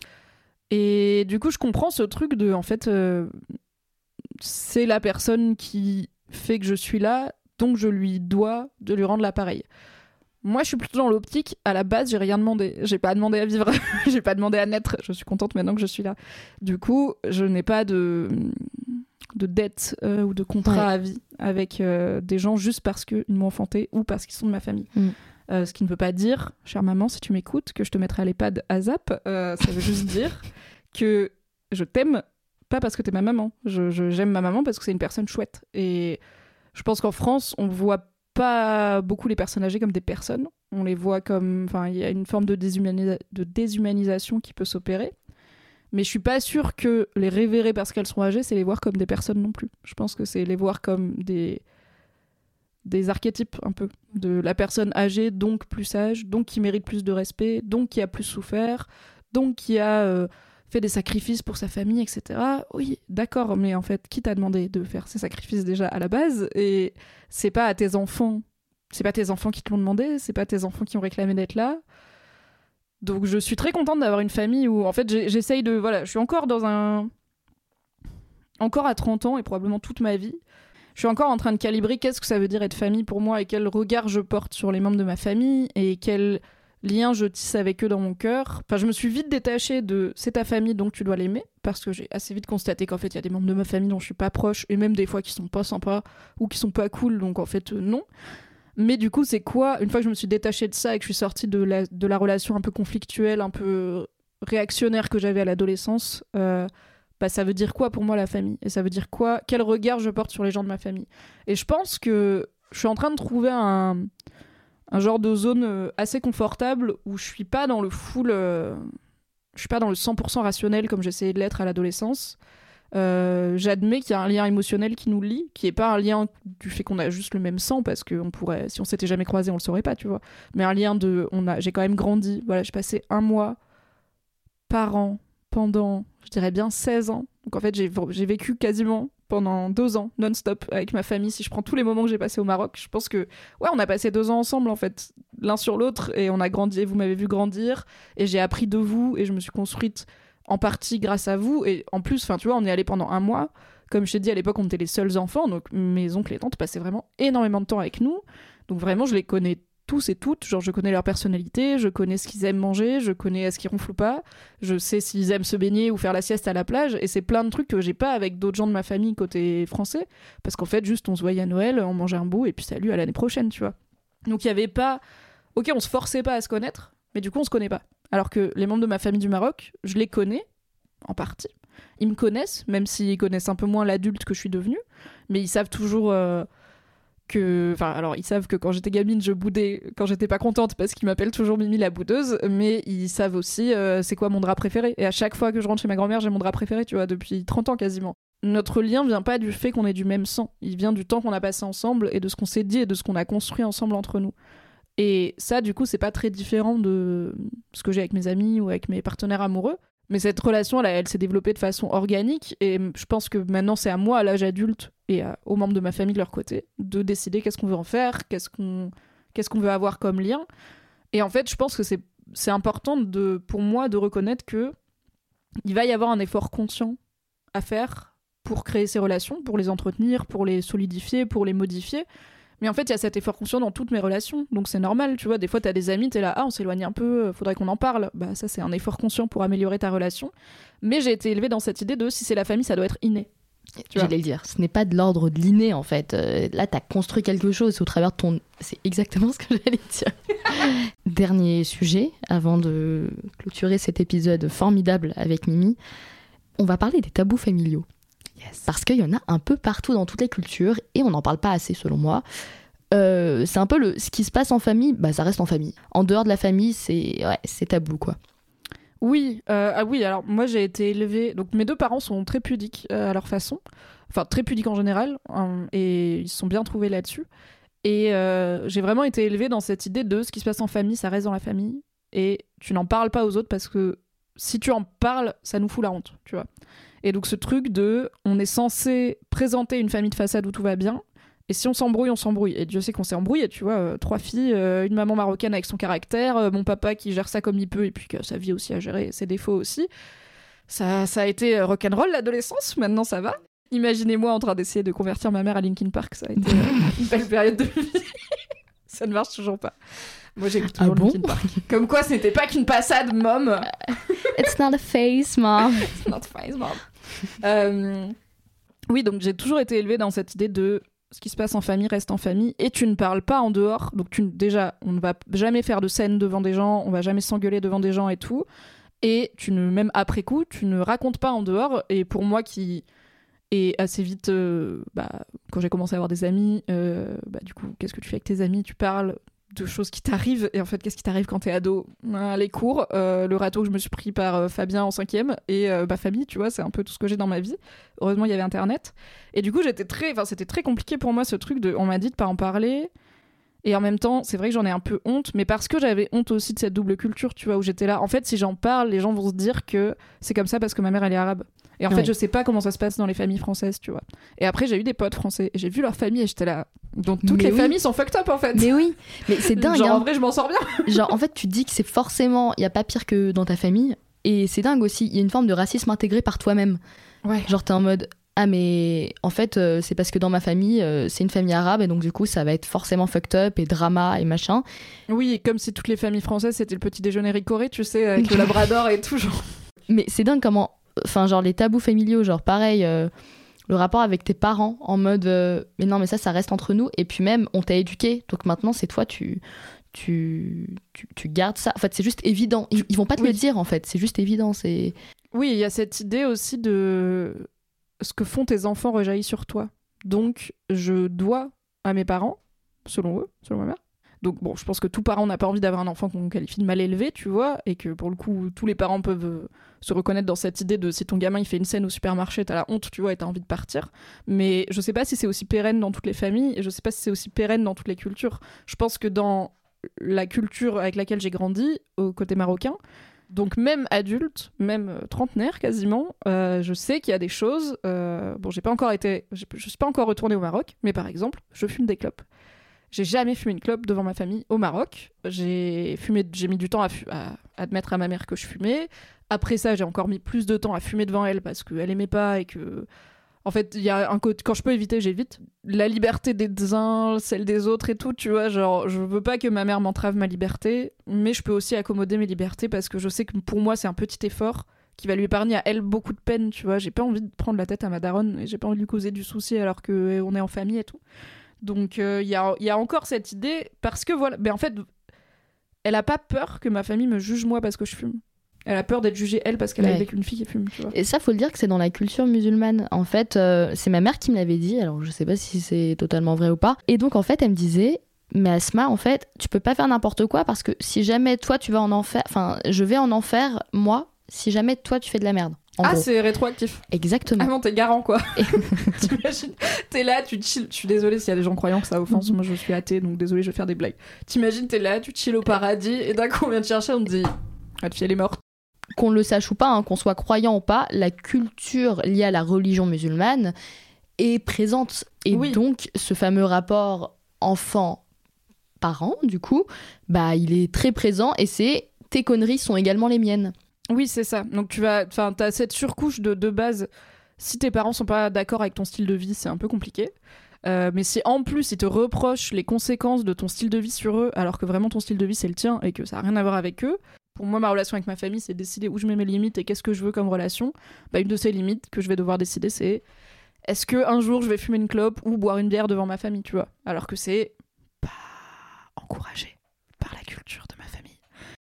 A: Et du coup, je comprends ce truc de, en fait... Euh... c'est la personne qui fait que je suis là, donc je lui dois de lui rendre l'appareil. Moi, je suis plutôt dans l'optique, à la base, j'ai rien demandé. J'ai pas demandé à vivre, j'ai pas demandé à naître. Je suis contente maintenant que je suis là. Du coup, je n'ai pas de, de dette euh, ou de contrat ouais. à vie avec euh, des gens juste parce qu'ils m'ont enfanté ou parce qu'ils sont de ma famille. Mm. Euh, ce qui ne veut pas dire, chère maman, si tu m'écoutes, que je te mettrai à l'EHPAD à Zap. Euh, ça veut juste dire que je t'aime pas parce que t'es ma maman. Je, je, j'aime ma maman parce que c'est une personne chouette. Et je pense qu'en France, on voit pas beaucoup les personnes âgées comme des personnes. On les voit comme... Enfin, il y a une forme de, déshumanisa- de déshumanisation qui peut s'opérer. Mais je suis pas sûre que les révérer parce qu'elles sont âgées, c'est les voir comme des personnes non plus. Je pense que c'est les voir comme des... des archétypes, un peu. De la personne âgée, donc plus sage, donc qui mérite plus de respect, donc qui a plus souffert, donc qui a... Euh, fait des sacrifices pour sa famille, et cetera. Oui, d'accord, mais en fait, qui t'a demandé de faire ces sacrifices déjà à la base ? Et c'est pas à tes enfants, c'est pas tes enfants qui te l'ont demandé, c'est pas tes enfants qui ont réclamé d'être là. Donc je suis très contente d'avoir une famille où, en fait, j'essaye de... Voilà, je suis encore dans un... Encore à trente ans, et probablement toute ma vie, je suis encore en train de calibrer qu'est-ce que ça veut dire être famille pour moi, et quel regard je porte sur les membres de ma famille, et quel... lien je tisse avec eux dans mon cœur. Enfin, je me suis vite détachée de c'est ta famille donc tu dois l'aimer, parce que j'ai assez vite constaté qu'en fait il y a des membres de ma famille dont je suis pas proche, et même des fois qui sont pas sympas ou qui sont pas cool, donc en fait euh, non. Mais du coup, c'est quoi, une fois que je me suis détachée de ça et que je suis sortie de la, de la relation un peu conflictuelle, un peu réactionnaire que j'avais à l'adolescence, euh, bah ça veut dire quoi pour moi la famille ? Et ça veut dire quoi ? Quel regard je porte sur les gens de ma famille ? Et je pense que je suis en train de trouver un un genre de zone assez confortable où je suis pas dans le full euh, je suis pas dans le cent pour cent rationnel comme j'essayais de l'être à l'adolescence. Euh, j'admets qu'il y a un lien émotionnel qui nous lie, qui est pas un lien du fait qu'on a juste le même sang, parce que on pourrait, si on s'était jamais croisés on le saurait pas, tu vois, mais un lien de on a, j'ai quand même grandi, voilà, j'ai passé un mois par an pendant, je dirais bien seize ans, donc en fait j'ai, j'ai vécu quasiment pendant deux ans non-stop avec ma famille. Si je prends tous les moments que j'ai passés au Maroc, je pense que ouais, on a passé deux ans ensemble en fait, l'un sur l'autre, et on a grandi, et vous m'avez vu grandir, et j'ai appris de vous, et je me suis construite en partie grâce à vous. Et en plus, enfin tu vois, on est allé pendant un mois, comme je t'ai dit, à l'époque on était les seuls enfants, donc mes oncles et tantes passaient vraiment énormément de temps avec nous, donc vraiment je les connais tous et toutes, genre je connais leur personnalité, je connais ce qu'ils aiment manger, je connais est-ce qu'ils ronflent ou pas, je sais s'ils aiment se baigner ou faire la sieste à la plage, et c'est plein de trucs que j'ai pas avec d'autres gens de ma famille côté français, parce qu'en fait juste on se voyait à Noël, on mangeait un bout et puis salut, à l'année prochaine, tu vois. Donc il y avait pas, ok, on se forçait pas à se connaître, mais du coup on se connaît pas. Alors que les membres de ma famille du Maroc, je les connais en partie, ils me connaissent, même s'ils connaissent un peu moins l'adulte que je suis devenue, mais ils savent toujours euh, que, enfin, alors ils savent que quand j'étais gamine, je boudais quand j'étais pas contente, parce qu'ils m'appellent toujours Mimi la boudeuse, mais ils savent aussi euh, c'est quoi mon drap préféré. Et à chaque fois que je rentre chez ma grand-mère, j'ai mon drap préféré, tu vois, depuis trente ans quasiment. Notre lien vient pas du fait qu'on est du même sang, il vient du temps qu'on a passé ensemble et de ce qu'on s'est dit et de ce qu'on a construit ensemble entre nous. Et ça, du coup, c'est pas très différent de ce que j'ai avec mes amis ou avec mes partenaires amoureux. Mais cette relation, elle, elle s'est développée de façon organique, et je pense que maintenant c'est à moi, à l'âge adulte, et à, aux membres de ma famille de leur côté, de décider qu'est-ce qu'on veut en faire, qu'est-ce qu'on, qu'est-ce qu'on veut avoir comme lien. Et en fait, je pense que c'est, c'est important de, pour moi de reconnaître que il va y avoir un effort conscient à faire pour créer ces relations, pour les entretenir, pour les solidifier, pour les modifier. Mais en fait, il y a cet effort conscient dans toutes mes relations, donc c'est normal, tu vois. Des fois, t'as des amis, t'es là, ah, on s'éloigne un peu, faudrait qu'on en parle. Bah, ça, c'est un effort conscient pour améliorer ta relation. Mais j'ai été élevée dans cette idée de si c'est la famille, ça doit être inné. Tu
B: J'allais le dire, ce n'est pas de l'ordre de l'inné, en fait. Euh, là, t'as construit quelque chose au travers de ton... C'est exactement ce que j'allais dire. Dernier sujet, avant de clôturer cet épisode formidable avec Mimi, on va parler des tabous familiaux. Yes. Parce qu'il y en a un peu partout dans toutes les cultures et on n'en parle pas assez selon moi. Euh, c'est un peu le, ce qui se passe en famille, bah ça reste en famille. En dehors de la famille, c'est, ouais, c'est tabou quoi.
A: Oui, euh, ah oui, alors moi j'ai été élevée, donc mes deux parents sont très pudiques euh, à leur façon, enfin très pudiques en général, hein, et ils se sont bien trouvés là-dessus. Et euh, j'ai vraiment été élevée dans cette idée de ce qui se passe en famille, ça reste dans la famille, et tu n'en parles pas aux autres parce que si tu en parles, ça nous fout la honte, tu vois. Et donc ce truc de, on est censé présenter une famille de façade où tout va bien, et si on s'embrouille, on s'embrouille. Et Dieu sait qu'on s'est embrouillé, tu vois, euh, trois filles, euh, une maman marocaine avec son caractère, euh, mon papa qui gère ça comme il peut, et puis que sa vie aussi à gérer, ses défauts aussi. Ça, ça a été rock'n'roll l'adolescence, maintenant ça va. Imaginez-moi en train d'essayer de convertir ma mère à Linkin Park, ça a été euh, une belle période de vie. Ça ne marche toujours pas. Moi j'écoute toujours
B: ah bon
A: Linkin Park. Comme quoi ce n'était pas qu'une passade, mom.
B: It's not a phase, mom.
A: It's not a phase, mom. euh, oui, donc j'ai toujours été élevée dans cette idée de ce qui se passe en famille reste en famille et tu ne parles pas en dehors. Donc tu, déjà, on ne va jamais faire de scène devant des gens, on va jamais s'engueuler devant des gens et tout. Et tu ne, même après coup, tu ne racontes pas en dehors. Et pour moi qui est assez vite, euh, bah, quand j'ai commencé à avoir des amis, euh, bah, du coup, qu'est-ce que tu fais avec tes amis ? Tu parles de choses qui t'arrivent. Et en fait, qu'est-ce qui t'arrive quand t'es ado ? euh, Les cours, euh, le râteau que je me suis pris par euh, Fabien en cinquième et euh, ma famille, tu vois, c'est un peu tout ce que j'ai dans ma vie. Heureusement, il y avait Internet. Et du coup, j'étais très, enfin, c'était très compliqué pour moi ce truc de, on m'a dit de pas en parler. Et en même temps, c'est vrai que j'en ai un peu honte, mais parce que j'avais honte aussi de cette double culture, tu vois, où j'étais là. En fait, si j'en parle, les gens vont se dire que c'est comme ça parce que ma mère, elle est arabe. Et en ouais. fait, je sais pas comment ça se passe dans les familles françaises, tu vois. Et après, j'ai eu des potes français et j'ai vu leur famille et j'étais là. Donc toutes mais les oui. familles sont fucked up en fait.
B: Mais oui, mais c'est dingue.
A: Genre
B: hein.
A: en vrai, je m'en sors bien.
B: Genre en fait, tu te dis que c'est forcément, il y a pas pire que dans ta famille. Et c'est dingue aussi. Il y a une forme de racisme intégré par toi-même.
A: Ouais.
B: Genre t'es en mode. Ah mais en fait euh, c'est parce que dans ma famille euh, c'est une famille arabe et donc du coup ça va être forcément fucked up et drama et machin.
A: Oui, comme si toutes les familles françaises c'était le petit déjeuner ricoré, tu sais, avec le labrador et tout genre.
B: Mais c'est dingue comment, enfin genre les tabous familiaux, genre pareil, euh, le rapport avec tes parents en mode euh, mais non mais ça ça reste entre nous et puis même on t'a éduqué donc maintenant c'est toi tu tu tu, tu gardes ça. En fait c'est juste évident. Ils, ils vont pas te oui. le dire en fait, c'est juste évident. C'est.
A: Oui, il y a cette idée aussi de ce que font tes enfants rejaillit sur toi. Donc, je dois à mes parents, selon eux, selon ma mère. Donc, bon, je pense que tout parent n'a pas envie d'avoir un enfant qu'on qualifie de mal élevé, tu vois, et que pour le coup, tous les parents peuvent euh, se reconnaître dans cette idée de si ton gamin il fait une scène au supermarché, t'as la honte, tu vois, et t'as envie de partir. Mais je sais pas si c'est aussi pérenne dans toutes les familles, et je sais pas si c'est aussi pérenne dans toutes les cultures. Je pense que dans la culture avec laquelle j'ai grandi, au côté marocain, donc même adulte, même trentenaire quasiment, euh, je sais qu'il y a des choses. Euh, bon, j'ai pas encore été, je suis pas encore retournée au Maroc, mais par exemple, je fume des clopes. J'ai jamais fumé une clope devant ma famille au Maroc. J'ai fumé, j'ai mis du temps à, fu- à admettre à ma mère que je fumais. Après ça, j'ai encore mis plus de temps à fumer devant elle parce qu'elle aimait pas et que, en fait, il y a un côté, quand je peux éviter, j'évite. La liberté des uns, celle des autres et tout, tu vois, genre, je veux pas que ma mère m'entrave ma liberté, mais je peux aussi accommoder mes libertés parce que je sais que pour moi, c'est un petit effort qui va lui épargner à elle beaucoup de peine, tu vois. J'ai pas envie de prendre la tête à ma daronne et j'ai pas envie de lui causer du souci alors qu'on est en famille et tout. Donc, il euh, y, a, y a encore cette idée parce que, voilà, ben en fait, elle a pas peur que ma famille me juge moi parce que je fume. Elle a peur d'être jugée, elle, parce qu'elle ouais. est avec une fille qui fume, tu vois.
B: Et ça, faut le dire que c'est dans la culture musulmane. En fait, euh, c'est ma mère qui me l'avait dit, alors je sais pas si c'est totalement vrai ou pas. Et donc, en fait, elle me disait, mais Asma, en fait, tu peux pas faire n'importe quoi parce que si jamais toi, tu vas en enfer, enfin, je vais en enfer, moi, si jamais toi, tu fais de la merde.
A: Ah,
B: gros.
A: C'est rétroactif.
B: Exactement.
A: Ah non, t'es garant, quoi. T'imagines, t'es là, tu chill. Je suis désolée s'il y a des gens croyants que ça offense. Moi, je suis athée, donc désolée, je vais faire des blagues. T'imagines, t'es là, tu chill au paradis, et d'un coup, on vient te chercher, on te dit, ah, tu elle est morte.
B: Qu'on le sache ou pas, hein, qu'on soit croyant ou pas, la culture liée à la religion musulmane est présente. Et oui. donc, ce fameux rapport enfant-parent, du coup, bah, il est très présent et c'est tes conneries sont également les miennes.
A: Oui, c'est ça. Donc, tu vas, enfin, t'as cette surcouche de, de base. Si tes parents sont pas d'accord avec ton style de vie, c'est un peu compliqué. Euh, mais si en plus ils te reprochent les conséquences de ton style de vie sur eux, alors que vraiment ton style de vie c'est le tien et que ça n'a rien à voir avec eux, pour moi ma relation avec ma famille c'est décider où je mets mes limites et qu'est-ce que je veux comme relation. Bah, une de ces limites que je vais devoir décider c'est est-ce qu'un jour je vais fumer une clope ou boire une bière devant ma famille, tu vois, alors que c'est pas encouragé par la culture de ma famille.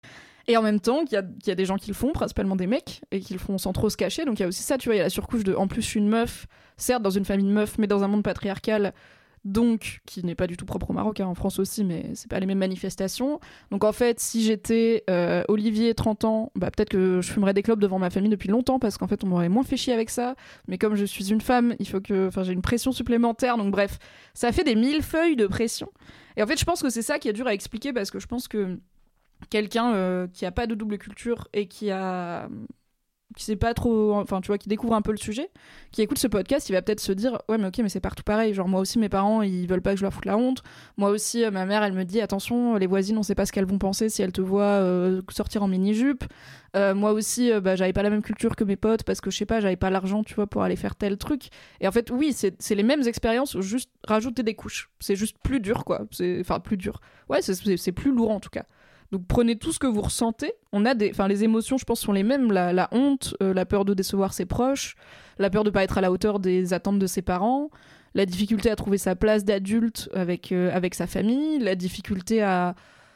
A: Et en même temps, il y a, y a des gens qui le font, principalement des mecs, et qui le font sans trop se cacher. Donc il y a aussi ça, tu vois, il y a la surcouche de... En plus, je suis une meuf, certes dans une famille de meufs, mais dans un monde patriarcal, donc qui n'est pas du tout propre au Maroc, hein, en France aussi, mais c'est pas les mêmes manifestations. Donc en fait, si j'étais euh, Olivier, trente ans, bah, peut-être que je fumerais des clopes devant ma famille depuis longtemps, parce qu'en fait, on m'aurait moins fait chier avec ça. Mais comme je suis une femme, il faut que... Enfin, j'ai une pression supplémentaire, donc bref, ça fait des millefeuilles de pression. Et en fait, je pense que c'est ça qui est dur à expliquer, parce que je pense que quelqu'un euh, qui a pas de double culture et qui a qui sait pas trop, enfin tu vois, qui découvre un peu le sujet, qui écoute ce podcast, il va peut-être se dire ouais mais ok mais c'est partout pareil, genre moi aussi mes parents ils veulent pas que je leur foute la honte, moi aussi euh, ma mère elle me dit attention les voisines on sait pas ce qu'elles vont penser si elles te voient euh, sortir en mini-jupe, euh, moi aussi euh, bah, j'avais pas la même culture que mes potes parce que je sais pas j'avais pas l'argent tu vois pour aller faire tel truc, et en fait oui c'est, c'est les mêmes expériences, juste rajouter des couches, c'est juste plus dur quoi, c'est... enfin plus dur, ouais c'est, c'est, c'est plus lourd en tout cas. Donc prenez tout ce que vous ressentez. On a des, enfin les émotions, je pense, sont les mêmes. La, la honte, euh, la peur de décevoir ses proches, la peur de pas être à la hauteur des attentes de ses parents, la difficulté à trouver sa place d'adulte avec euh, avec sa famille, la difficulté à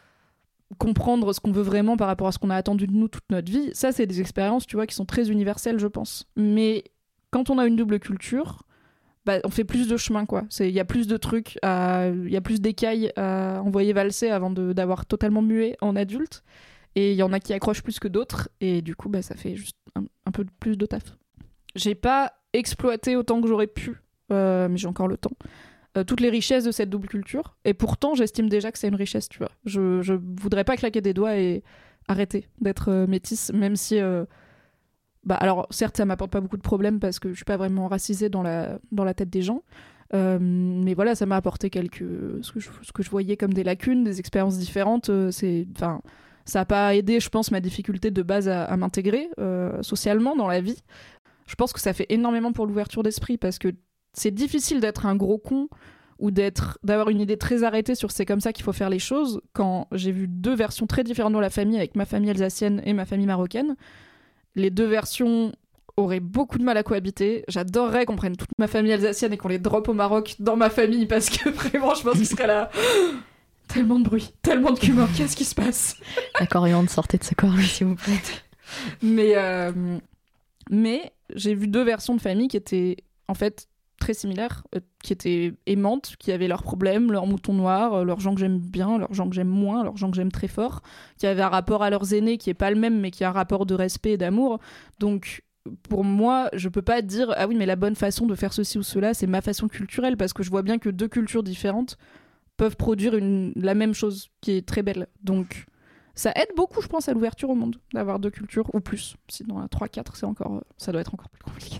A: comprendre ce qu'on veut vraiment par rapport à ce qu'on a attendu de nous toute notre vie. Ça, c'est des expériences, tu vois, qui sont très universelles, je pense. Mais quand on a une double culture, bah, on fait plus de chemin, quoi. Il y a plus de trucs, il y a plus d'écailles à envoyer valser avant de, d'avoir totalement mué en adulte. Et il y en a qui accrochent plus que d'autres. Et du coup, bah, ça fait juste un, un peu plus de taf. J'ai pas exploité autant que j'aurais pu, euh, mais j'ai encore le temps, euh, toutes les richesses de cette double culture. Et pourtant, j'estime déjà que c'est une richesse, tu vois. Je, je voudrais pas claquer des doigts et arrêter d'être euh, métisse, même si... Euh, Bah, alors, certes, ça m'apporte pas beaucoup de problèmes parce que je suis pas vraiment racisée dans la, dans la tête des gens. Euh, mais voilà, ça m'a apporté quelques... Ce que, je, ce que je voyais comme des lacunes, des expériences différentes. Euh, c'est, enfin, ça a pas aidé, je pense, ma difficulté de base à, à m'intégrer euh, socialement dans la vie. Je pense que ça fait énormément pour l'ouverture d'esprit parce que c'est difficile d'être un gros con ou d'être, d'avoir une idée très arrêtée sur c'est comme ça qu'il faut faire les choses quand j'ai vu deux versions très différentes dans la famille, avec ma famille alsacienne et ma famille marocaine. Les deux versions auraient beaucoup de mal à cohabiter. J'adorerais qu'on prenne toute ma famille alsacienne et qu'on les drop au Maroc dans ma famille parce que vraiment, je pense qu'il serait là. Tellement de bruit, tellement de cumin, qu'est-ce qui se passe ?
B: La coriandre, sortez de ce corps, s'il vous plaît.
A: Mais, euh, mais j'ai vu deux versions de famille qui étaient en fait très similaires, euh, qui étaient aimantes, qui avaient leurs problèmes, leurs moutons noirs, euh, leurs gens que j'aime bien, leurs gens que j'aime moins, leurs gens que j'aime très fort, qui avaient un rapport à leurs aînés qui est pas le même, mais qui a un rapport de respect et d'amour. Donc pour moi, je peux pas dire ah oui mais la bonne façon de faire ceci ou cela, c'est ma façon culturelle, parce que je vois bien que deux cultures différentes peuvent produire une, la même chose qui est très belle. Donc ça aide beaucoup, je pense, à l'ouverture au monde, d'avoir deux cultures, ou plus. Sinon, à trois quatre, c'est encore, ça doit être encore plus compliqué.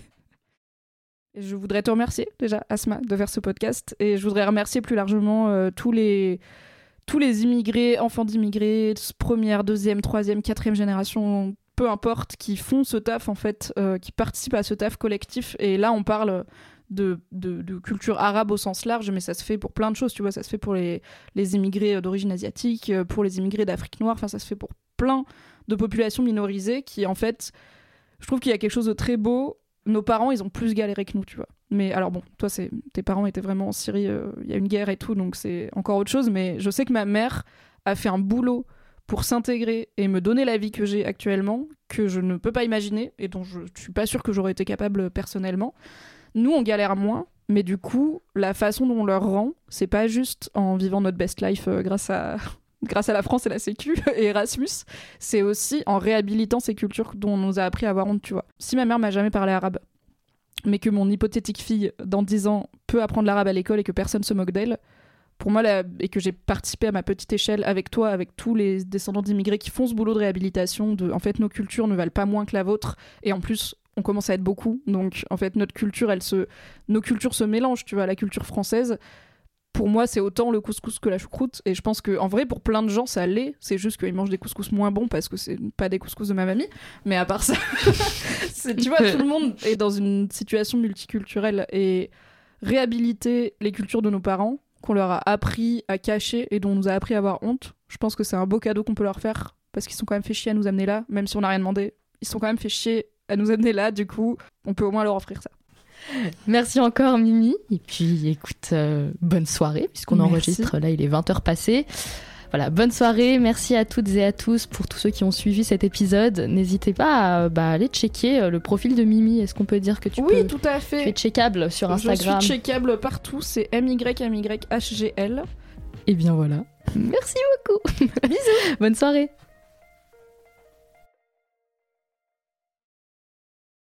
A: Et je voudrais te remercier, déjà, Asma, de faire ce podcast. Et je voudrais remercier plus largement euh, tous les, tous les immigrés, enfants d'immigrés, première, deuxième, troisième, quatrième génération, peu importe, qui font ce taf, en fait, euh, qui participent à ce taf collectif. Et là, on parle... De, de, de culture arabe au sens large, mais ça se fait pour plein de choses, tu vois, ça se fait pour les, les immigrés d'origine asiatique, pour les immigrés d'Afrique noire, enfin ça se fait pour plein de populations minorisées qui, en fait, je trouve qu'il y a quelque chose de très beau. Nos parents, ils ont plus galéré que nous, tu vois. Mais alors bon, toi, c'est, tes parents étaient vraiment en Syrie, il euh, y a une guerre et tout, donc c'est encore autre chose, mais je sais que ma mère a fait un boulot pour s'intégrer et me donner la vie que j'ai actuellement, que je ne peux pas imaginer, et dont je, je suis pas sûre que j'aurais été capable personnellement. Nous, on galère moins, mais du coup, la façon dont on leur rend, c'est pas juste en vivant notre best life euh, grâce à, grâce à la France et la Sécu et Erasmus, c'est aussi en réhabilitant ces cultures dont on nous a appris à avoir honte, tu vois. Si ma mère m'a jamais parlé arabe, mais que mon hypothétique fille, dans dix ans, peut apprendre l'arabe à l'école et que personne se moque d'elle, pour moi, la... et que j'ai participé à ma petite échelle avec toi, avec tous les descendants d'immigrés qui font ce boulot de réhabilitation, de en fait, nos cultures ne valent pas moins que la vôtre, et en plus... on commence à être beaucoup, donc en fait notre culture, elle se, nos cultures se mélangent, tu vois, la culture française, pour moi c'est autant le couscous que la choucroute, et je pense que en vrai pour plein de gens ça l'est, c'est juste qu'ils mangent des couscous moins bons parce que c'est pas des couscous de ma mamie, mais à part ça, c'est, tu vois, tout le monde est dans une situation multiculturelle, et réhabiliter les cultures de nos parents, qu'on leur a appris à cacher et dont on nous a appris à avoir honte. Je pense que c'est un beau cadeau qu'on peut leur faire, parce qu'ils sont quand même fait chier à nous amener là, même si on n'a rien demandé. Ils sont quand même fait chier à nous amener là, du coup, on peut au moins leur offrir ça.
B: Merci encore Mimi, et puis écoute, euh, bonne soirée, puisqu'on
A: Merci.
B: enregistre, là il est vingt heures passées. Voilà, bonne soirée, merci à toutes et à tous pour tous ceux qui ont suivi cet épisode. N'hésitez pas à bah, aller checker le profil de Mimi, est-ce qu'on peut dire que tu
A: oui,
B: peux...
A: tout à fait.
B: Tu es checkable sur Instagram.
A: Je suis checkable partout, c'est M Y M Y H G L.
B: Et bien voilà. Merci beaucoup. Bisous. Bonne soirée.